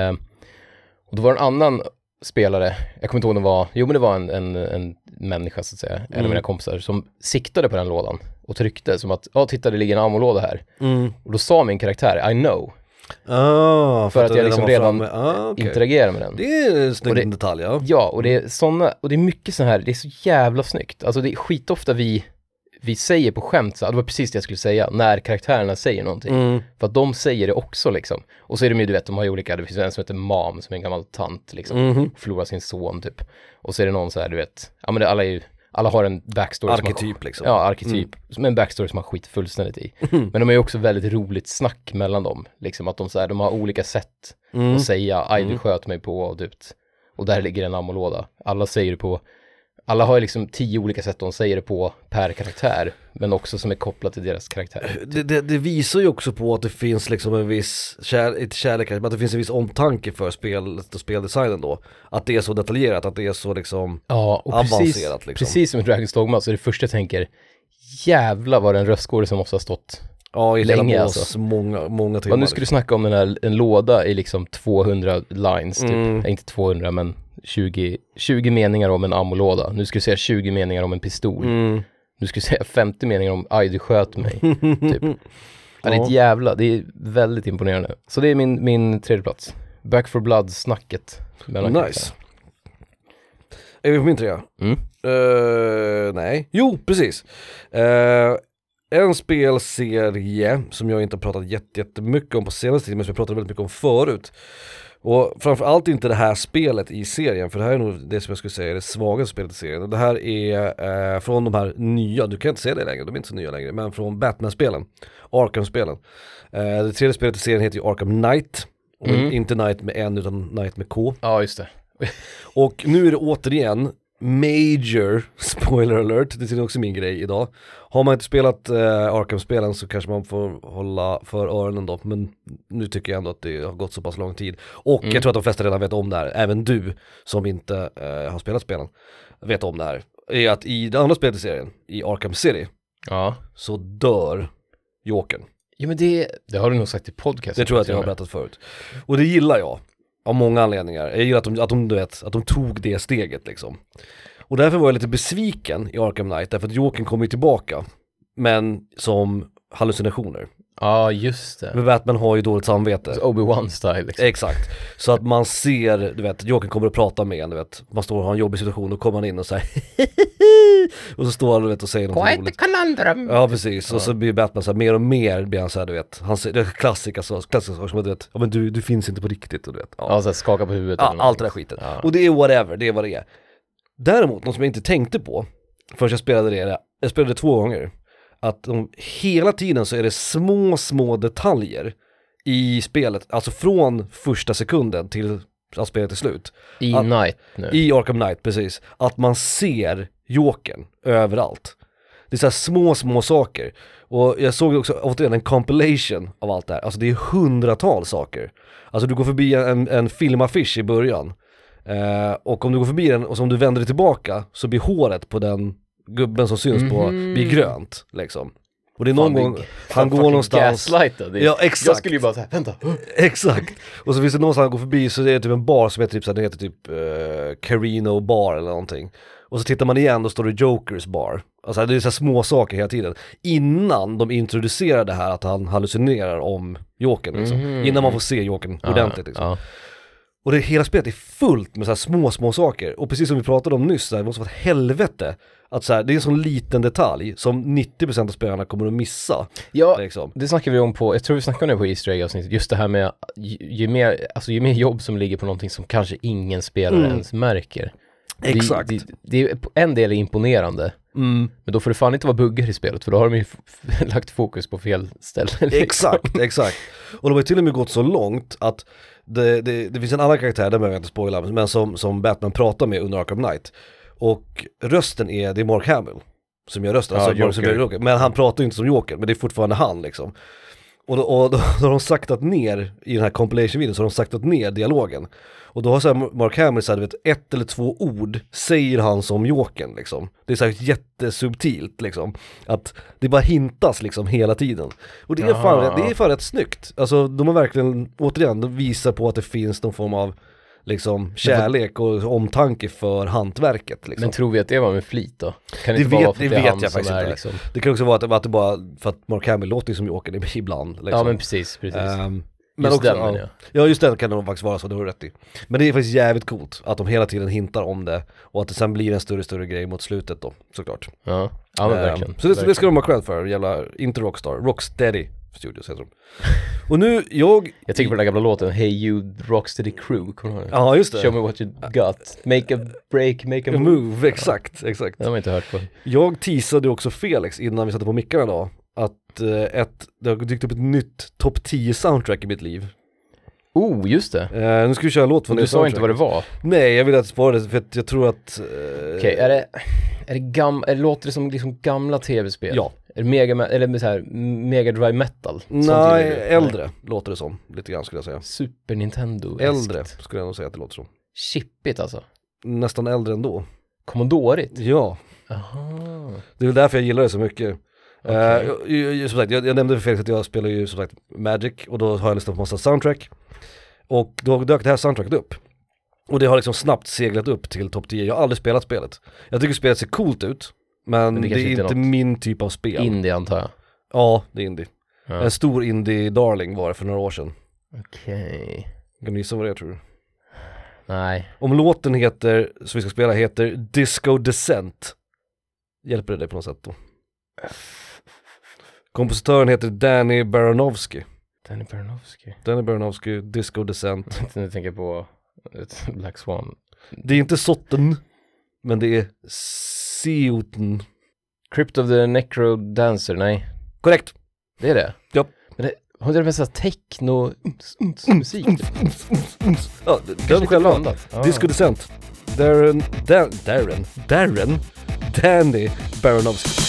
Och då var en annan spelare, jag kommer inte ihåg om det var, men det var en människa så att säga, en av mina kompisar som siktade på den lådan och tryckte som att, titta det ligger en ammolåda här. Och då sa min karaktär, I know. För att jag liksom redan interagerar med den. Det är en snygg detalj, ja. Ja, och det är såna, och det är mycket så här, det är så jävla snyggt. Alltså det är skitofta vi säger på skämt, så det var precis det jag skulle säga, när karaktärerna säger någonting. För att de säger det också liksom. Och så är de ju, du vet, de har ju olika, det finns en som heter Mom, som är en gammal tant liksom, förlorar sin son typ. Och så är det någon så här, du vet, alla har en backstory arketyp liksom. Ja, arketyp. Som en backstory som man skit fullständigt i. Men de är ju också väldigt roligt snack mellan dem. Liksom att de har olika sätt att säga, du sköt mig på och där ligger en ammolåda. Alla har ju liksom 10 olika sätt de säger det på per karaktär, men också som är kopplat till deras karaktär. Det visar ju också på att det finns liksom en viss kärlek, att det finns en viss omtanke för spelet och speldesignen då. Att det är så detaljerat, att det är så liksom avancerat. Precis som i Dragon's Dogma så är det första jag tänker, jävla vad den röstskåre som måste ha stått i länge alltså. Många timmar. Nu skulle du snacka om en låda i liksom 200 lines typ. Inte 200 men 20 meningar om en ammolåda. Nu ska du säga 20 meningar om en pistol. Nu ska du säga 50 meningar om du sköt mig. Typ. Det är det är väldigt imponerande. Så det är min tredje plats. Back 4 Blood-snacket. Nice. Är vi på min trea? Nej. Jo, precis. En spelserie som jag inte har pratat jättemycket om på senaste tiden, men som jag pratade väldigt mycket om förut. Och framförallt inte det här spelet i serien, för det här är nog det som jag skulle säga är det svagaste spelet i serien. Det här är från de här nya, du kan inte säga det längre, de är inte så nya längre, men från Batman-spelen, Arkham-spelen. Det tredje spelet i serien heter ju Arkham Knight, och inte Knight med N utan Knight med K. Ja, just det. Och nu är det återigen major spoiler alert, det är också min grej idag. Har man inte spelat Arkham-spelen så kanske man får hålla för öronen då, men nu tycker jag ändå att det har gått så pass lång tid. Och jag tror att de flesta redan vet om det här, även du som inte har spelat spelen vet om det här, är att i det andra spelet i serien, i Arkham City, så dör Jokern. Ja, men det har du nog sagt i podcast. Det tror jag att jag har berättat förut. Och det gillar jag. Av många anledningar. Jag gillar att de tog det steget liksom. Och därför var jag lite besviken i Arkham Knight, därför att Jokern kommer ju tillbaka, men som hallucinationer. Ja, just det. Men Batman har ju dåligt samvete. Obi-Wan style liksom. Exakt. Så att man ser, du vet, Jokern kommer att prata med en, du vet. Man står och har en jobbig situation och kommer man in och säger och så står han, du vet, och säger något roligt. Quite a conundrum. Ja, precis. Och så blir Batman så här, mer och mer blir han så här, du vet. Han säger, det är klassiska saker som du vet, ja men du finns inte på riktigt, och du vet. Ja, så här, skaka på huvudet. Ja, allt det där skiten. Ja. Och det är whatever, det är vad det är. Däremot, något som jag inte tänkte på förrän jag spelade det, jag spelade det 2 gånger, att hela tiden så är det små detaljer i spelet, alltså från första sekunden till att spelet är slut. I Knight nu. I Arkham Knight, precis. Att man ser Jokern överallt. Det är så här små saker. Och jag såg också återigen en compilation av allt det här. Alltså det är 100-tals saker. Alltså du går förbi en filmaffisch i början. Och om du går förbi den och om du vänder dig tillbaka så blir håret på den gubben som syns på blir grönt liksom. Och det är någon gång han går någonstans. Ja, exakt. Jag skulle ju bara säga, vänta. Exakt. Och så finns det någonstans han går förbi, så är det typ en bar som heter typ, så här, det heter typ Carino bar eller någonting. Och så tittar man igen, då står det Jokers bar. Alltså det är så här små saker hela tiden. Innan de introducerar det här att han hallucinerar om Jokern liksom. Innan man får se Jokern ordentligt liksom. Och det hela spelet är fullt med så här små saker. Och precis som vi pratade om nyss, det måste vara ett helvete att så här, det är en sån liten detalj som 90% av spelarna kommer att missa. Ja, liksom. Det snackar vi om på, jag tror vi snackade om det på Easter Egg-avsnittet. Just det här med, ju mer jobb som ligger på någonting som kanske ingen spelare ens märker. Exakt. Det är en del är imponerande. Men då får det fan inte vara buggar i spelet, för då har de ju lagt fokus på fel ställe. Liksom. Exakt. Och de har till och med gått så långt att det finns en annan karaktär, där behöver jag inte spoila, men som Batman pratar med under Arkham Knight. Och rösten det är Mark Hamill som gör rösten, Joker. Men han pratar ju inte som Joker, men det är fortfarande han liksom. Och då har de saktat ner i den här compilation-videon, så har de saktat ner dialogen. Och då har så här Mark Hamill så här, vet, 1 eller 2 ord säger han som Jokern liksom. Det är så här jättesubtilt liksom. Att det bara hintas liksom hela tiden. Och det är fan rätt snyggt. Alltså de har verkligen, återigen, de visar på att det finns någon form av liksom kärlek och omtanke för hantverket liksom. Men tror vi att det var med flit då? Kan det vet jag faktiskt inte. Liksom... Det kan också vara att det bara för att Mark Hamill låter som Jokern ibland liksom. Ja, men precis. Men just också, just den kan det nog faktiskt vara så, det har du rätt i. Men det är faktiskt jävligt coolt att de hela tiden hintar om det och att det sen blir en större grej mot slutet då, såklart. Ja men verkligen. Så det ska de ha cred för, jävla, inte Rockstar, Rocksteady Studios heter de. Och nu, jag tänker på den gamla låten Hey You Rocksteady Crew, kommer du ihåg? Ja, just det. Show me what you got, make a break, make a move. Exakt. Det har man inte hört på. Jag teasade också Felix innan vi satte på mickarna då, att det har dykt upp ett nytt topp 10 soundtrack i mitt liv. Just det. Nu ska vi köra en låt från det. Du sa inte vad det var. Nej, jag vill att spara det, för att jag tror att... Okej, är det låter det som liksom gamla tv-spel? Ja. Är det eller så här Mega Drive Metal? Nej, äldre låter det som. Lite grann skulle jag säga. Super Nintendo. Äldre skulle jag nog säga att det låter som. Chippigt alltså. Nästan äldre ändå. Commodore-igt? Ja. Aha. Det är väl därför jag gillar det så mycket. Okay. Som sagt, jag nämnde för Felix att jag spelar ju som sagt Magic, och då har jag lyssnat på massa soundtrack. Och då dök det här soundtracket upp. Och det har liksom snabbt seglat upp till topp 10. Jag har aldrig spelat spelet. Jag tycker spelet ser coolt ut, men det är inte min typ av spel. Indie antar jag. Ja, det är indie. Ja. En stor indie-darling var det för några år sedan. Okej. Kan du gissa vad det är, tror du? Nej. Om låten heter, som vi ska spela, heter Disco Descent, hjälper det dig på något sätt då? Kompositören heter Danny Baranovsky. Danny Baranovsky, Disco Descent. Jag tänker på Black Swan. Det är inte Sotten, men det är Seoten. Crypt of the Necro Dancer, nej. Korrekt. Det är det? Ja. Men det har det med så techno-musik? Ja, det är själva. Disco Descent. Danny Baranovsky.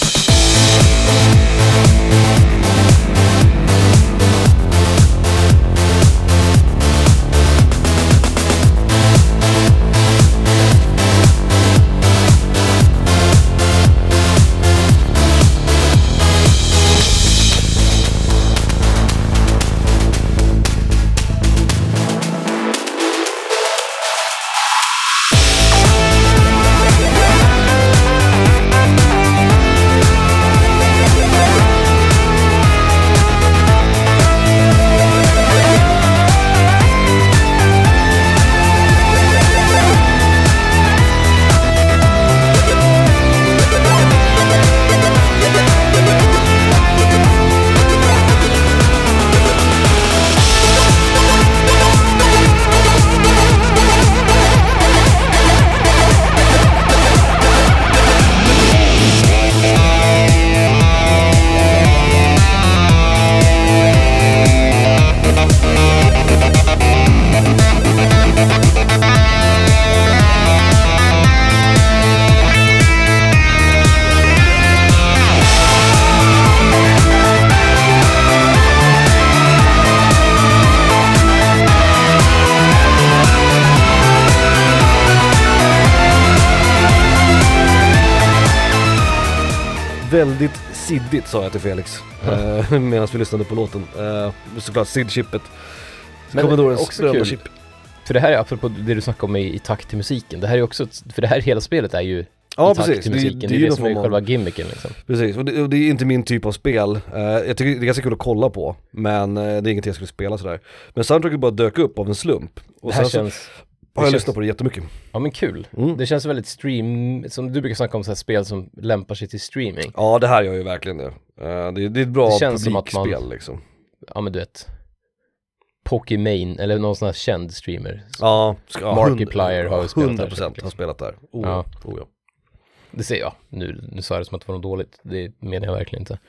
väldigt siddigt, sa jag till Felix medan vi lyssnade på låten. Såklart SID-chippet. Commodores också kul. Chip. För det här är apropå det du snackade om i takt till musiken. Det här är också, för det här hela spelet är ju i takt till musiken. Det är det som är själva gimmicken liksom. Precis, och det är inte min typ av spel. Jag tycker det är ganska kul att kolla på, men det är inget jag skulle spela sådär. Men soundtracket bara dök upp av en slump. Och sen så har jag lyssnat på det jättemycket. Ja men kul. Det känns väldigt som du brukar snacka om så här spel som lämpar sig till streaming. Ja, det här gör ju verkligen det. Det är ett bra publikspel liksom. Ja men du vet, Pokimane eller någon sån här känd streamer. Ja, Markiplier har ju spelat 100% där, har spelat där. Ja. Det ser jag. Nu sa jag det som att det var något dåligt. Det menar jag verkligen inte.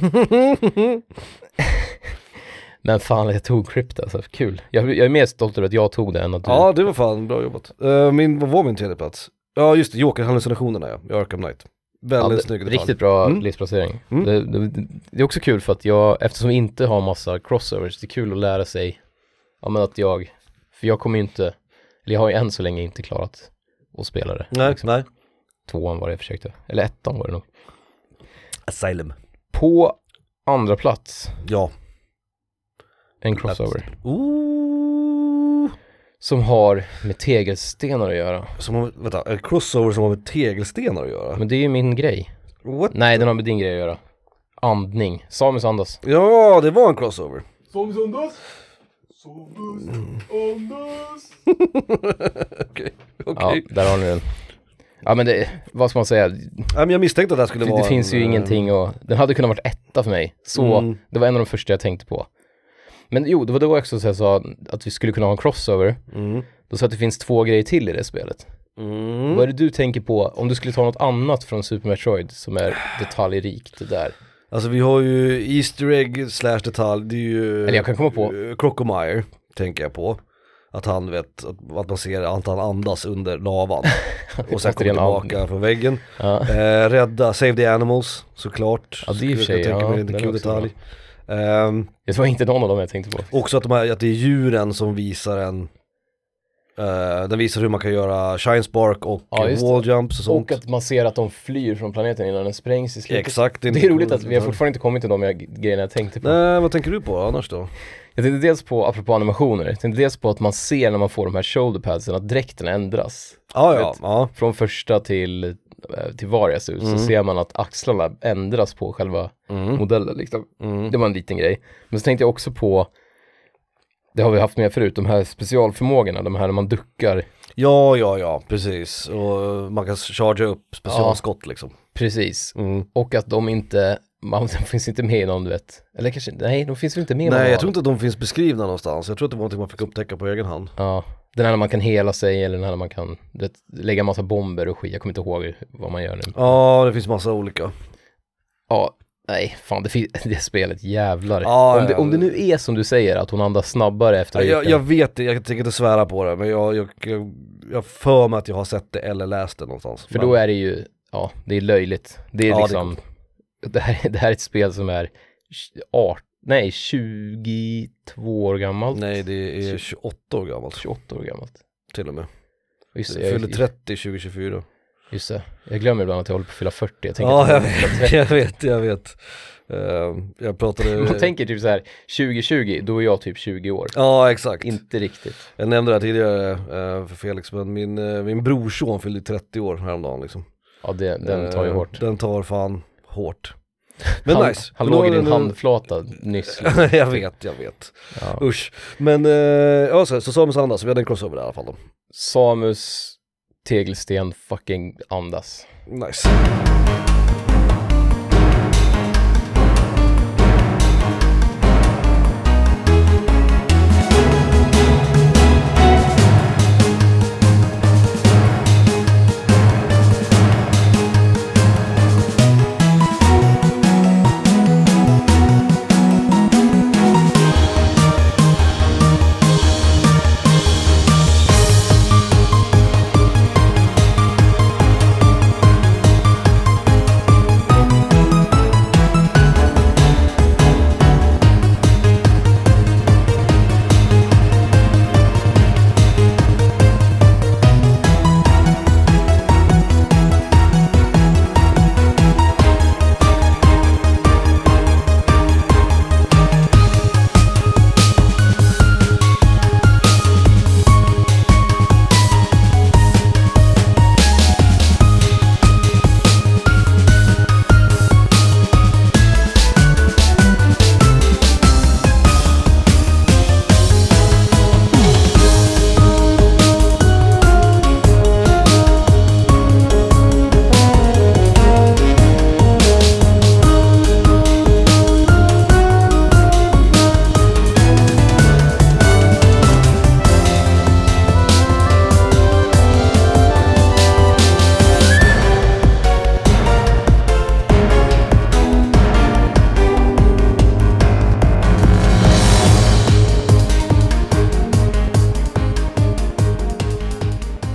Men fan, jag tog Crypt alltså. Kul. Jag är mer stolt över att jag tog det än att du... Ja, det var fan bra jobbat. Vad var min tredje plats? Ja, just det. Joker-hallucinationerna, ja. I Arkham Knight. Väldigt snygg detalj. Riktigt bra listplacering. Det är också kul för att eftersom vi inte har massa crossovers, det är kul att lära sig. Ja, men att för jag kommer ju inte, eller jag har ju än så länge inte klarat att spela det. Nej, liksom. Nej. 2:an var det jag försökte. Eller 1:an var det nog. Asylum. På andra plats. Ja. En crossover. Som har med tegelstenar att göra. En crossover som har med tegelstenar att göra? Men det är ju min grej. What? Nej, den har med din grej att göra. Andning. Samus andas. Ja, det var en crossover. Samus andas. Samus andas. Okej. Ja, där har ni den. Ja, men vad ska man säga? Ja, men jag misstänkte att det skulle vara... Det finns ju ingenting och den hade kunnat varit etta för mig. Så det var en av de första jag tänkte på. Men jo, det var då också så jag sa att vi skulle kunna ha en crossover. Då sa att det finns 2 grejer till i det spelet. Vad är det du tänker på om du skulle ta något annat från Super Metroid som är detaljrikt där? Alltså vi har ju Easter egg / detalj, det är ju... Eller jag kan komma på... Crocomire tänker jag på. Att han vet, att man ser att han andas under lavan. Och sen kommer tillbaka från väggen. Ja. Rädda, save the animals, såklart. Ja, det är ju sig, det är en kul detalj. Det var inte någon av dem jag tänkte på. Också att det är djuren som visar en... den visar hur man kan göra shine spark och wall jumps och sånt. Och att man ser att de flyr från planeten innan den sprängs i slutet. Exakt. Det är roligt att vi har fortfarande inte kommit till de grejerna jag tänkte på. Nej, vad tänker du på annars då? Jag tänkte dels på, apropå animationer, jag tänkte dels på att man ser när man får de här shoulderpadsen att dräkten ändras. Ja. Från första till Varias ut så ser man att axlarna ändras på själva modellen liksom. Det var en liten grej. Men så tänkte jag också på, det har vi haft med förut, de här specialförmågorna, de här när man duckar. Ja, precis. Och man kan chargea upp specialskott liksom. Precis. Och att de finns inte med i någon, du vet. Eller kanske, nej, de finns väl inte med. Nej, jag tror inte att de finns beskrivna någonstans. Jag tror att det var någonting man fick upptäcka på egen hand. Ja, den här när man kan hela sig eller den här när man kan lägga massa bomber och skit. Jag kommer inte ihåg vad man gör nu. Ja, det finns massa olika. Ja, nej, fan, det spelet jävlar. Ja, om det nu är som du säger, att hon andas snabbare efter jag vet det, jag tänker inte svära på det. Men jag för mig att jag har sett det eller läst det någonstans. För då är det ju, det är löjligt. Det är liksom... Det här är ett spel som är 22 år gammalt. Nej, det är 28 år gammalt. 28 år gammalt. Till och med. Just det fyller 30 2024. Just det. Jag glömmer ibland att jag håller på att fylla 40. Jag vet. Jag pratade... Man tänker typ så här, 2020, då är jag typ 20 år. Ja, exakt. Inte riktigt. Jag nämnde det här tidigare för Felix, men min brorson fyllde 30 år häromdagen liksom. Ja, den tar ju hårt. Den tar fan hårt. Men nice. Han låg i din handflata nyss. Liksom. jag vet. Ja. Usch. Men så Samus andas, vi hade en crossover där i alla fall då. Samus tegelsten fucking andas. Nice.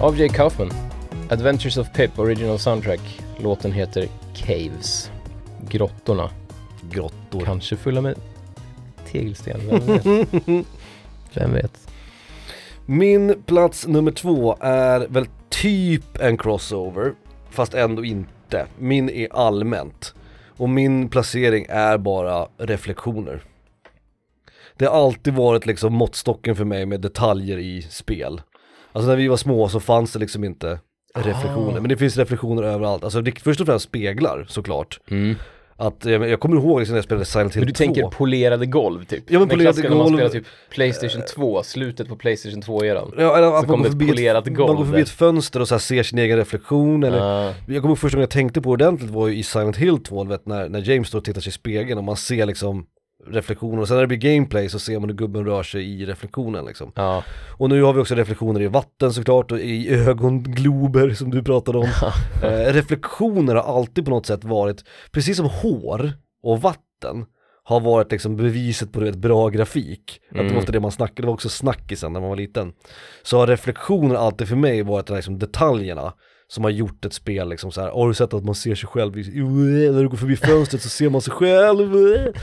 Av Jake Kaufman. Adventures of Pip original soundtrack. Låten heter Caves. Grottorna. Grottor. Kanske fulla med tegelsten. Vem vet? Vem vet? Min plats nummer 2 är väl typ en crossover. Fast ändå inte. Min är allmänt. Och min placering är bara reflektioner. Det har alltid varit liksom måttstocken för mig med detaljer i spel. Alltså när vi var små så fanns det liksom inte reflektioner. Men det finns reflektioner överallt. Alltså först och främst speglar såklart. Att, jag kommer ihåg liksom när jag spelade Silent Hill 2. Men du tänker polerade golv typ? Ja, men polerade golv. När man spelar typ Playstation 2, slutet på Playstation 2-eran. Ja, eller så kom det ett polerat golv. Man går förbi ett fönster och så här ser sin egen reflektion. Eller, jag kommer ihåg första gången jag tänkte på ordentligt var ju i Silent Hill 2, vet, när James står och tittar sig i spegeln och man ser liksom reflektioner. Och sen när det blir gameplay så ser man hur gubben rör sig i reflektionen liksom. Ja. Och nu har vi också reflektioner i vatten såklart och i ögonglober som du pratade om. Reflektioner har alltid på något sätt varit, precis som hår och vatten har varit liksom beviset på ett bra grafik. Att det var ofta det man snackade, det var också snackisen när man var liten. Så har reflektioner alltid för mig varit liksom detaljerna som har gjort ett spel liksom så här. Har du sett att man ser sig själv när du går förbi fönstret så ser man sig själv.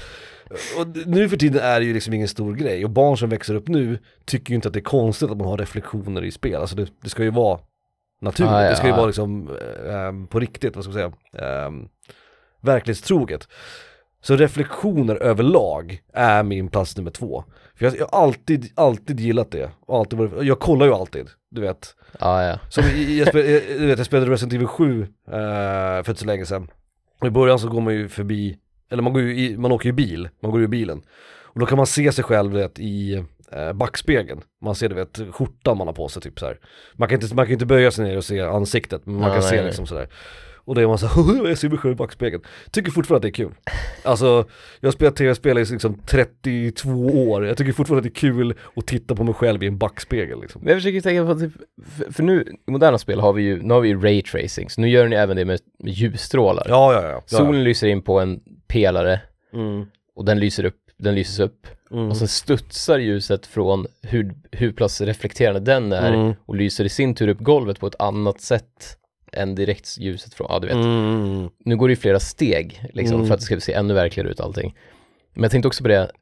Och nu för tiden är det ju liksom ingen stor grej. Och barn som växer upp nu tycker ju inte att det är konstigt att man har reflektioner i spel. Alltså det ska ju vara naturligt. Det ska ju vara liksom på riktigt, vad ska man säga, verklighetstroget. Så reflektioner överlag är min plats nummer 2. För jag har alltid gillat det. Och alltid varit, jag kollar ju alltid, du vet. Som jag spelade Resident Evil 7 för så länge sedan. Och i början så går man ju förbi, eller man åker ju bil, man går ju i bilen. Och då kan man se sig själv vet, i backspegeln. Man ser det vet, skjortan man har på sig typ så här. Man kan inte böja sig ner och se ansiktet, men man kan se liksom sådär. Och då är man så här, jag ser mig själv i backspegeln. Tycker fortfarande att det är kul. Alltså, jag har spelat tv-spel i liksom 32 år. Jag tycker fortfarande att det är kul att titta på mig själv i en backspegel liksom. Jag försöker tänka på typ, för nu i moderna spel har vi ju ray tracing. Så nu gör ni även det med ljusstrålar. Ja. Solen lyser in på en pelare och den lyses upp. Och sen studsar ljuset från hur plats reflekterande den är och lyser i sin tur upp golvet på ett annat sätt än direkt ljuset från, du vet. Nu går det ju flera steg liksom, för att det ska se ännu verkligare ut allting. Men jag tänkte också på det,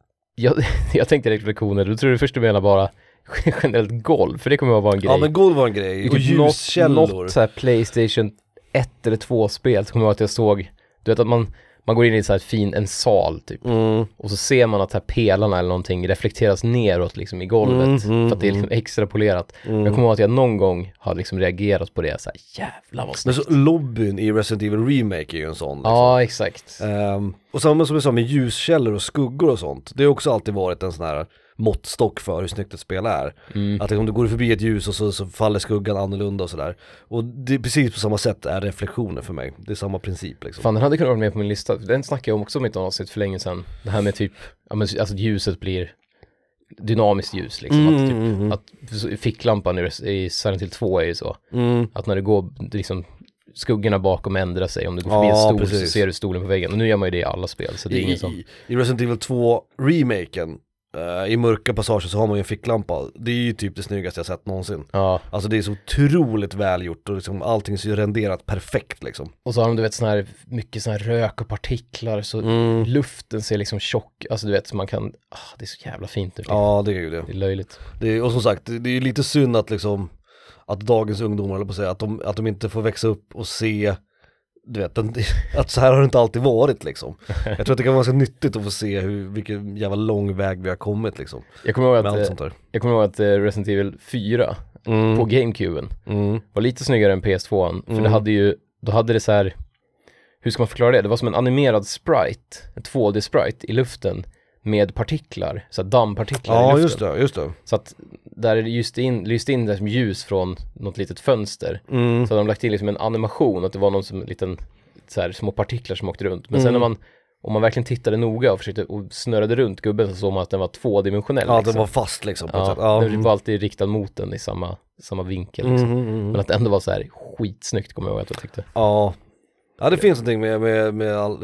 jag tänkte reflektioner, då tror du först du menar bara generellt golv, för det kommer att vara en grej. Ja, men golv var en grej, och ljuskällor. Något så här Playstation 1 eller 2 spel, så kommer jag ihåg att jag såg, du vet att man går in i så här en sal typ. Och så ser man att här pelarna eller någonting reflekteras neråt liksom i golvet för att det är liksom extra polerat. Jag kommer ihåg att jag någon gång har liksom reagerat på det så här, jävlar vad snyggt. Men så lobbyn i Resident Evil Remake är ju en sån liksom. Ja, exakt. Och samma som jag sa med ljuskällor och skuggor och sånt. Det har också alltid varit en sån här måttstock för hur snyggt ett spel är. Att om du går förbi ett ljus och så faller skuggan annorlunda och sådär. Och det är precis på samma sätt är reflektioner för mig. Det är samma princip liksom. Fan, den hade kunnat vara med på min lista. Den snackade jag om också om ett avsnitt för länge sedan. Det här med typ, alltså ljuset blir dynamiskt ljus liksom. Att ficklampan i Silent Hill 2 är ju så. Att när det går liksom skuggorna bakom ändrar sig. Om du går förbi en stol så ser du stolen på väggen. Och nu gör man ju det i alla spel. Så det är ingen som... I Resident Evil 2 remaken i mörka passager så har man ju en ficklampa. Det är ju typ det snyggaste jag sett någonsin. Alltså det är så otroligt välgjort och liksom allting är ju renderat perfekt liksom. Och så har de du vet mycket sån här rök och partiklar så luften ser liksom tjock, alltså du vet så man kan, det är så jävla fint nu. Ja, det är ju det. Det är löjligt. Och som sagt, det är ju lite synd att liksom att dagens ungdomar, eller på att säga, att de inte får växa upp och se, du vet, att så här har det inte alltid varit liksom. Jag tror att det kan vara ganska nyttigt att få se vilken jävla lång väg vi har kommit liksom. Jag kommer ihåg att Resident Evil 4 på GameCuben var lite snyggare än PS2, för då hade det så här, hur ska man förklara det? Det var som en animerad sprite, en 2D-sprite i luften med partiklar, så här dammpartiklar i luften. Ja, just det. Så att där är det lyst in där som ljus från något litet fönster. Så hade de lagt in liksom en animation, att det var någon som liten så här, små partiklar som åkte runt. Men sen om man verkligen tittade noga och försökte och snurrade runt gubben, så såg man att den var tvådimensionell. Ja, liksom. den var fast liksom. Den var alltid riktad mot den i samma vinkel. Liksom. Men att det ändå var så här skitsnyggt, kommer jag ihåg att jag tyckte. Ja, det finns någonting med all, liksom,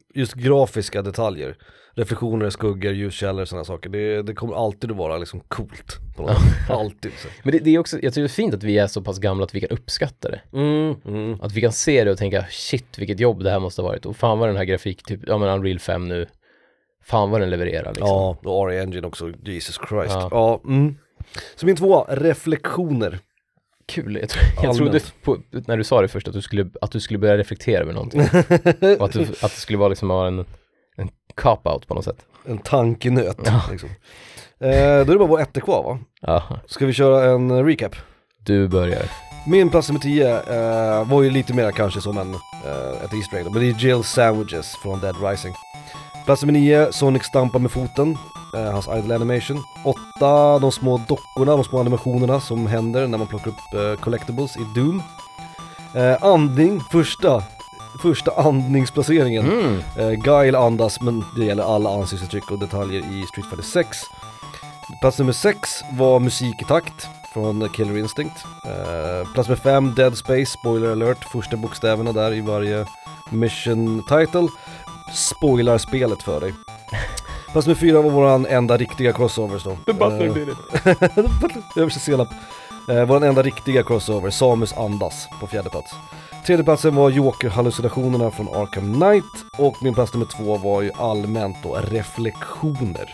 just grafiska detaljer. Reflektioner, skuggor, ljuskällor och sådana saker. Det kommer alltid att vara liksom coolt. På något sätt. Alltid. Så. Men det är också, jag tror det är fint att vi är så pass gamla att vi kan uppskatta det. Att vi kan se det och tänka, shit vilket jobb det här måste ha varit. Och fan vad den här grafik, typ, ja men Unreal 5 nu. Fan vad den levererar liksom. Ja, och RE Engine också, Jesus Christ. Ja. Så min 2, reflektioner. Kul, jag trodde på, när du sa det först att du skulle börja reflektera över någonting. Och att det skulle vara liksom en cop-out på något sätt. En tankenöt liksom. Då är det bara vår 1 kvar va? Ja. Ska vi köra en recap? Du börjar. Min plats nummer 10 var ju lite mer kanske som ett Easter egg, men det är Jill Sandwiches från Dead Rising. Plats nummer 9, Sonic stampar med foten, hans idle animation. 8, de små dockorna, de små animationerna som händer när man plockar upp collectibles i Doom. Andning, första andningsplaceringen. Guile andas, men det gäller alla ansiktsuttryck och detaljer i Street Fighter 6. Plats nummer 6 var musik i takt från Killer Instinct. Plats nummer 5, Dead Space, spoiler alert, första bokstäverna där i varje mission title. Spoilar spelet för dig. Plats nummer 4 var våran enda riktiga crossovers då. The Butler did it. Översta våran enda riktiga crossover, Samus andas på 4:e plats. 3:e platsen var Joker-hallucinationerna från Arkham Knight. Och min plats nummer 2 var ju allmänt då reflektioner.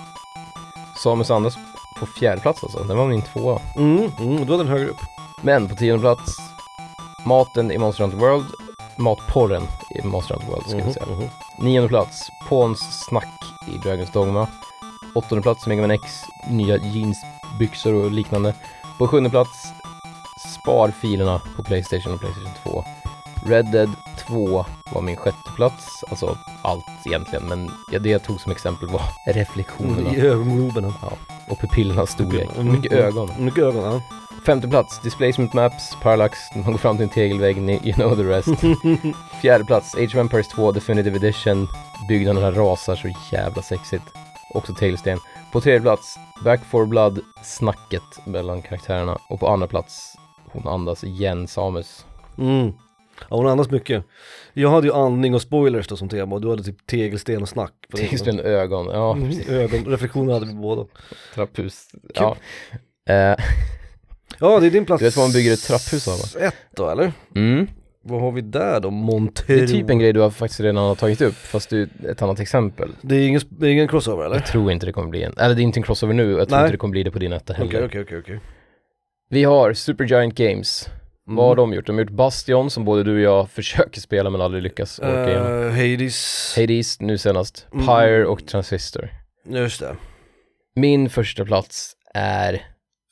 Samus andas på 4:e plats alltså, det var min 2. Då var den högre upp. Men på 10:e plats, maten i Monster Hunter World. Matporren i Monster Hunter World ska vi säga. 9:e plats, Pawns snack i Dragon's Dogma. 8:e plats, Mega Man X, nya jeansbyxor och liknande. På 7:e plats, sparfilerna på PlayStation och PlayStation 2. Red Dead 2 var min 6:e plats, alltså allt egentligen, men det jag tog som exempel var reflektionerna. I ögongrobarna. Ja, och pupillernas storlek. Mycket ögon. Mycket ögon, ja. 5:e plats, Displacement Maps, Parallax, man går fram till en tegelvägg, you know the rest. 4:e plats, Age of Empires 2 Definitive Edition, byggnaderna rasar så jävla sexigt. Också tegelsten. På 3:e plats, Back 4 Blood, snacket mellan karaktärerna. Och på 2:a plats, hon andas igen, Samus. Ja, hon andas mycket. Jag hade ju andning och spoilers då som tema, och du hade typ tegelsten och snack. Tegelsten och ögon, ja. Ögon, reflektioner hade vi båda. Trapphus, ja. Ja, det är din plats. Du vet vad man bygger ett trapphus av, va? 1 då, eller? Vad har vi där då? Montero. Det är typ en grej du har faktiskt redan har tagit upp, fast du ett annat exempel. Det är ingen crossover, eller? Jag tror inte det kommer bli eller det är inte en crossover nu, jag tror inte det kommer bli det på din 1 heller. Okej. Vi har Supergiant Games. Vad har de gjort? De har gjort Bastion, som både du och jag försöker spela men aldrig lyckas orka igenom. Hades, nu senast. Pyre och Transistor. Just det. Min 1:a plats är...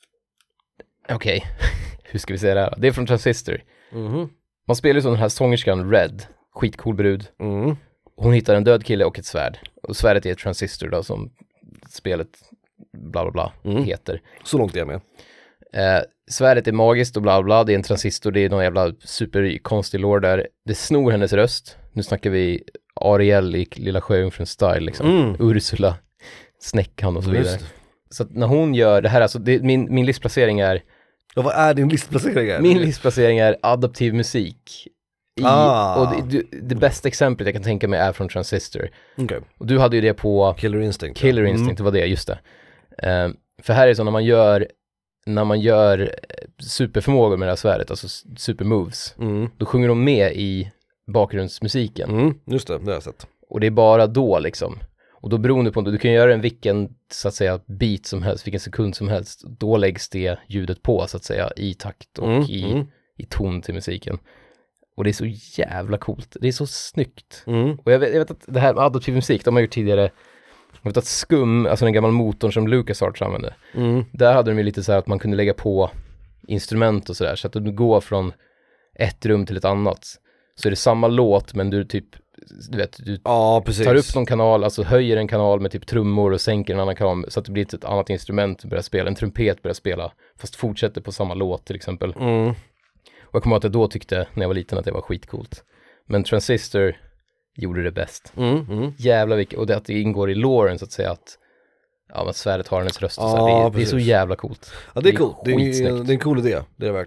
Okej, hur ska vi säga det här? Det är från Transistor. Man spelar ju som den här sångerskan Red. Skitcool brud. Hon hittar en död kille och ett svärd. Och svärdet är ett Transistor då, som spelet bla bla bla heter. Så långt är jag med. Svärdet är magiskt och bla bla, det är en transistor, det är någon jävla superkonstig lore där. Det snor hennes röst. Nu snackar vi Ariel i Lilla Sjöjungfrun style liksom. Ursula, Snäckan och så vidare. Så att när hon gör det här, alltså min listplacering är... Ja, vad är din listplacering? Min listplacering är adaptiv musik. Och det bästa exemplet jag kan tänka mig är från Transistor. Och du hade ju det på... Killer Instinct. Killer Instinct, det var det, just det. För här är det så när man gör superförmågor med det här svärdet, alltså supermoves, då sjunger de med i bakgrundsmusiken. Just det har jag sett. Och det är bara då liksom. Och då beroende på, du kan göra en vilken, så att säga, beat som helst, vilken sekund som helst, då läggs det ljudet på, så att säga, i takt och i ton till musiken. Och det är så jävla coolt. Det är så snyggt. Och jag vet att det här med adaptiv musik, de har gjort tidigare. Jag vet att Skum, alltså den gamla motorn som LucasArts använde, där hade de ju lite så här att man kunde lägga på instrument och sådär, så att du går från ett rum till ett annat, så är det samma låt, men du typ, du vet, du tar upp någon kanal, alltså höjer en kanal med typ trummor och sänker en annan kanal, så att det blir ett annat instrument börjar spela, en trumpet börjar spela, fast fortsätter på samma låt till exempel. Och jag kommer ihåg att jag då tyckte, när jag var liten, att det var skitcoolt. Men Transistor gjorde det bäst. Jävla vilket, och det att det ingår i loren, så att säga, att svärdet har hennes röst och så här, det är så jävla coolt. Ja, det är coolt. Det är en cool idé, det är det verkligen.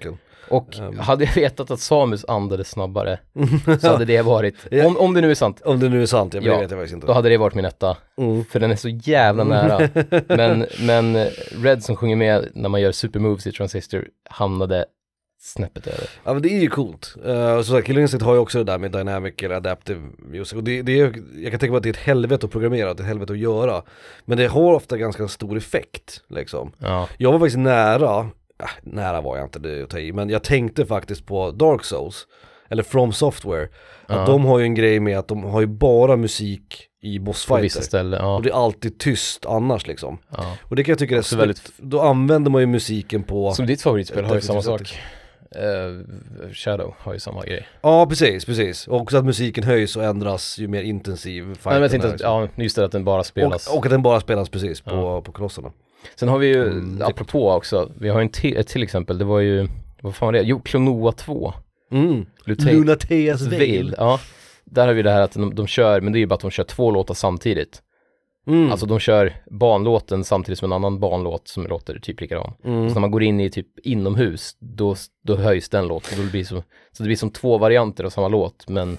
Och hade jag vetat att Samus andades snabbare så hade det varit, om det nu är sant. Om det nu är sant, jag vet jag faktiskt inte. Då hade det varit min etta. För den är så jävla nära. Men Red som sjunger med när man gör supermoves i Transistor hamnade snäppet över. Ja, men det är ju coolt. Så Killer Instinct har ju också det där med dynamic eller adaptive music. Och det är, jag kan tänka mig att det är ett helvete att programmera, det är ett helvete att göra. Men det har ofta ganska stor effekt liksom. Ja. Jag var faktiskt nära var jag inte, det att ta i, men jag tänkte faktiskt på Dark Souls eller From Software, att de har ju en grej med att de har ju bara musik i bossfighter. På vissa ställen, och det är alltid tyst annars liksom. Och det kan jag tycka är väldigt... Då använder man ju musiken på... Som ditt favoritspel har ju samma sak. Shadow har ju samma grej. Ja, precis. Och också att musiken höjs och ändras ju mer intensiv. Nej, men jag tänkte att, just det, att den bara spelas. Och att den bara spelas precis på krossarna. Sen har vi ju, apropå också, vi har ju ett till exempel, det var ju, vad fan var det? Jo, Klonoa 2. Lunateas Veil. Ja, där har vi det här att de kör, men det är ju bara att de kör 2 låtar samtidigt. Alltså de kör banlåten samtidigt som en annan banlåt som låter typ likadan. Så när man går in i typ inomhus, då höjs den låten. Då blir så det blir som 2 varianter av samma låt, men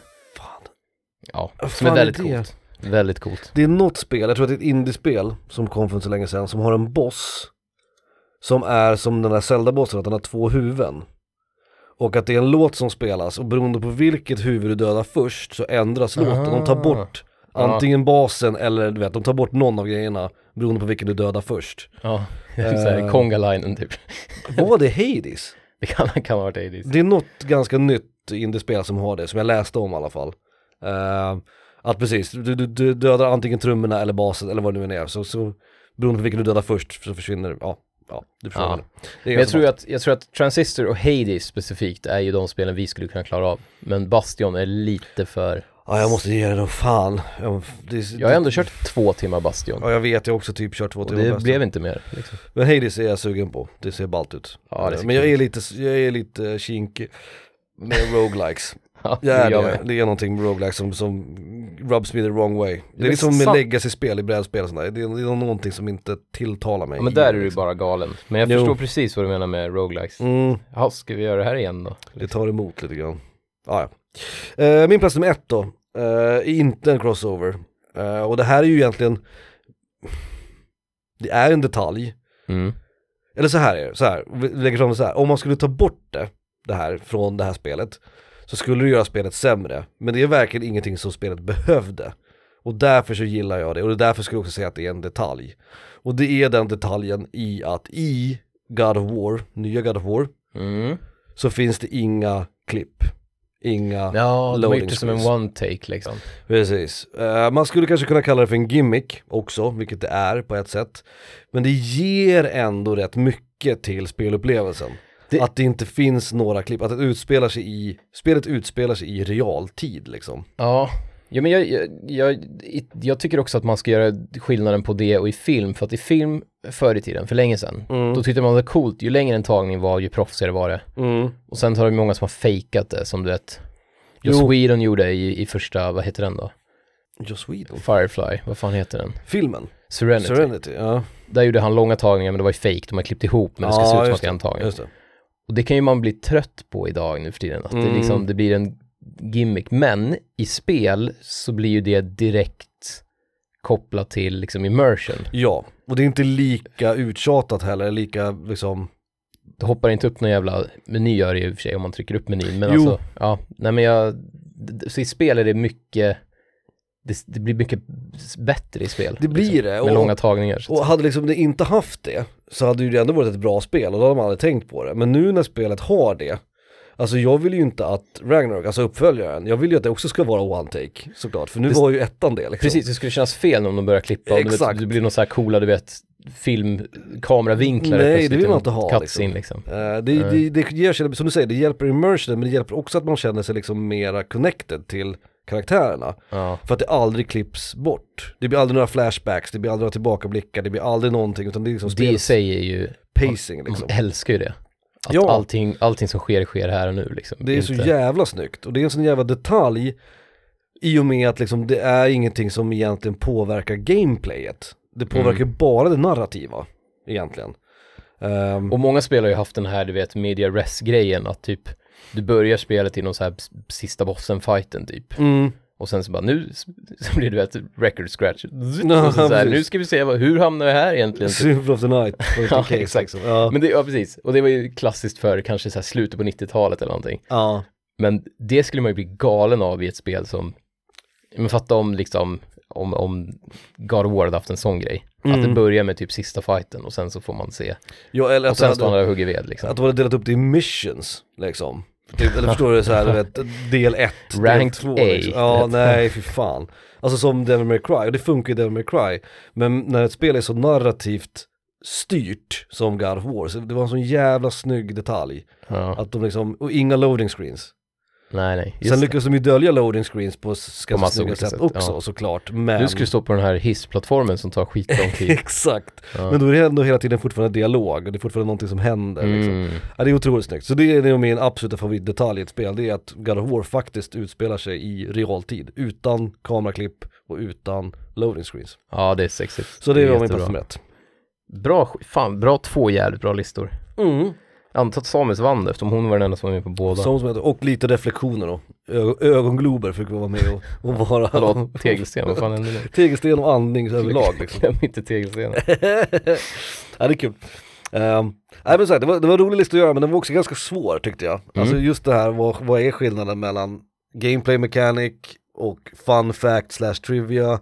som är väldigt coolt. Väldigt coolt. Det är något spel, jag tror att det är ett indiespel som kom för så länge sedan, som har en boss som är som den där Zelda-bossen, att den har 2 huvuden. Och att det är en låt som spelas, och beroende på vilket huvud du dödar först så ändras låten. De tar bort antingen basen eller du vet, de tar bort någon av grejerna beroende på vilken du dödar först. Ja, såhär Konga-linen typ. Var det Hades? Det kan ha varit Hades. Det är något ganska nytt indiespel som har det, som jag läste om i alla fall. Att precis, du dödar antingen trummorna eller basen eller vad det nu är. Så beroende på vilken du dödar först så försvinner du förstår det. Men jag tror att Transistor och Hades specifikt är ju de spelen vi skulle kunna klara av. Men Bastion är lite för... Ja, jag måste ge det då fan. Jag har ändå kört 2 timmar Bastion. Ja, jag vet, jag har också typ kört 2 timmar Bastion. Det blev inte mer liksom. Men Hades är jag sugen på, det ser ballt ut. Ja, men jag är lite kinkig med roguelikes. Det är någonting med roguelikes som rubs me the wrong way. Det är liksom med legacy-spel i brädspel och sådär. Det är någonting som inte tilltalar mig. Ja, men där är du bara galen. Men jag förstår precis vad du menar med roguelikes. Ja, ska vi göra det här igen då? Det tar emot lite grann. Min plats nummer 1 då är inte en crossover. Och det här är ju egentligen, det är en detalj. Eller så här, vi lägger fram det så här. Om man skulle ta bort det här från det här spelet, så skulle du göra spelet sämre. Men det är verkligen ingenting som spelet behövde. Och därför så gillar jag det. Och därför skulle jag också säga att det är en detalj. Och det är den detaljen i att i God of War, nya God of War, så finns det inga klipp. Inga loading screens. Som en one take liksom. Precis. Man skulle kanske kunna kalla det för en gimmick också, vilket det är på ett sätt. Men det ger ändå rätt mycket till spelupplevelsen. Att det inte finns några klipp, att spelet utspelar sig i realtid liksom. Ja, men jag tycker också att man ska göra skillnaden på det och i film. För att i film förr i tiden, för länge sedan, då tyckte man det var coolt. Ju längre en tagning var, ju proffsigare var det. Och sen har det många som har fejkat det, som du vet. Joss Whedon gjorde i första, vad heter den då? Joss Whedon? Firefly, vad fan heter den? Filmen? Serenity, ja. Där gjorde han långa tagningar, men det var ju fake. De har klippt ihop, men det ska se ut som att det är en tagning. Och det kan ju man bli trött på idag nu för tiden. Att det, liksom, det blir en gimmick. Men i spel så blir ju det direkt kopplat till liksom immersion. Ja, och det är inte lika uttjatat heller. Lika liksom... Det hoppar inte upp någon jävla meny, gör det i och för sig om man trycker upp menyn. Men så i spel är det mycket... Det blir mycket bättre i spel. Det blir liksom, det. Med långa tagningar. Och hade liksom det inte haft det, så hade det ändå varit ett bra spel. Och då hade man aldrig tänkt på det. Men nu när spelet har det, alltså jag vill ju inte att Ragnarok, alltså uppföljaren, jag vill ju att det också ska vara one take, såklart. För nu var ju ettan det liksom. Precis, det skulle kännas fel om de börjar klippa. Exakt. Det blir något så här coola, du vet, filmkameravinklar. Nej, det vill man inte ha liksom. Det ger, som du säger, det hjälper immersion, men det hjälper också att man känner sig liksom mera connected till karaktärerna. För att det aldrig klipps bort. Det blir aldrig några flashbacks, det blir aldrig några tillbakablickar, det blir aldrig någonting, utan det är liksom det säger ju pacing liksom. Man älskar ju det. Att allting som sker här och nu liksom. Det är så jävla snyggt. Och det är en sån jävla detalj i och med att liksom, det är ingenting som egentligen påverkar gameplayet. Det påverkar bara det narrativa egentligen. Och många spel har ju haft den här, du vet, media res-grejen, att typ du börjar spelet i någon så här sista bossen-fighten typ. Och sen så bara, nu så blir du ett record scratch. Och så här, nu ska vi se, hur hamnar vi här egentligen? Symphony of the Night. Ja, exakt. Ja. Men det, ja, precis. Och det var ju klassiskt för kanske så här slutet på 90-talet eller någonting. Ja. Men det skulle man ju bli galen av i ett spel som, men fatta om liksom, om God of War hade haft en sån grej. Att det börjar med typ sista fighten och sen så får man se. Ja, eller och sen står han där och hugger ved liksom. Att de hade delat upp det i missions liksom. Eller förstår du så här, du vet, del 1, del 2 liksom. Ja, nej, för fan. Alltså som Devil May Cry, och det funkar i Devil May Cry. Men när ett spel är så narrativt styrt som God of War, så det var en sån jävla snygg detalj. Ja. Att de liksom, och inga loading screens. Nej. Sen lyckas de ju dölja loading screens på ganska snygga sätt också, såklart. Men du skulle stå på den här hissplattformen som tar skitlång tid. Exakt. Ja. Men då är det ändå hela tiden fortfarande dialog, och det är fortfarande någonting som händer liksom. Ja, det är otroligt snyggt. Så det är nog min absoluta favoritdetalj i ett spel, det är att God of War faktiskt utspelar sig i realtid, utan kameraklipp och utan loading screens. Ja, det är sexigt. Så det är min plats rätt. Bra 2 jävligt bra listor. Jag antar att Samus vann eftersom hon var den enda som var med på båda. Och lite reflektioner då. Ögonglober fick vara med och vara... Hallå, tegelsten, vad fan händer nu? Tegelsten och andning överlag liksom. Glöm inte tegelstenen. Ja, det är kul. Nej, men så här, det var en rolig lista att göra, men den var också ganska svår tyckte jag. Alltså just det här, vad är skillnaden mellan gameplay mechanic och fun fact / trivia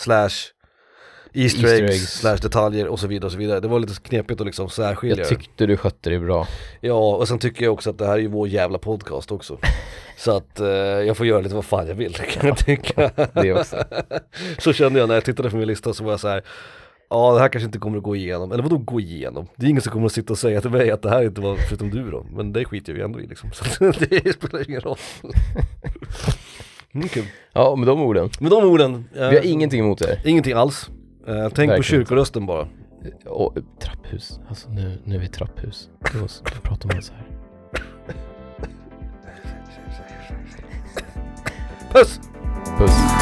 / Easter eggs / detaljer och så vidare och så vidare. Det var lite knepigt att liksom särskilja. Jag tyckte du skötte det bra. Ja, och sen tycker jag också att det här är ju vår jävla podcast också. Så att jag får göra lite vad fan jag vill, kan jag tycka. Det också. Så kände jag när jag tittade på min lista, så var jag så här: ja, det här kanske inte kommer att gå igenom. Eller vadå gå igenom? Det är ingen som kommer att sitta och säga till mig att det här inte var förutom du då. Men det skiter jag ju ändå i liksom. Så det spelar ingen roll. Kul. Ja, med de orden. Vi har ingenting emot det. Ingenting alls. Tänk verkligen på kyrkorösten bara. Och trapphus. Alltså nu är vi trapphus. Då pratar man så här. Puss! Puss.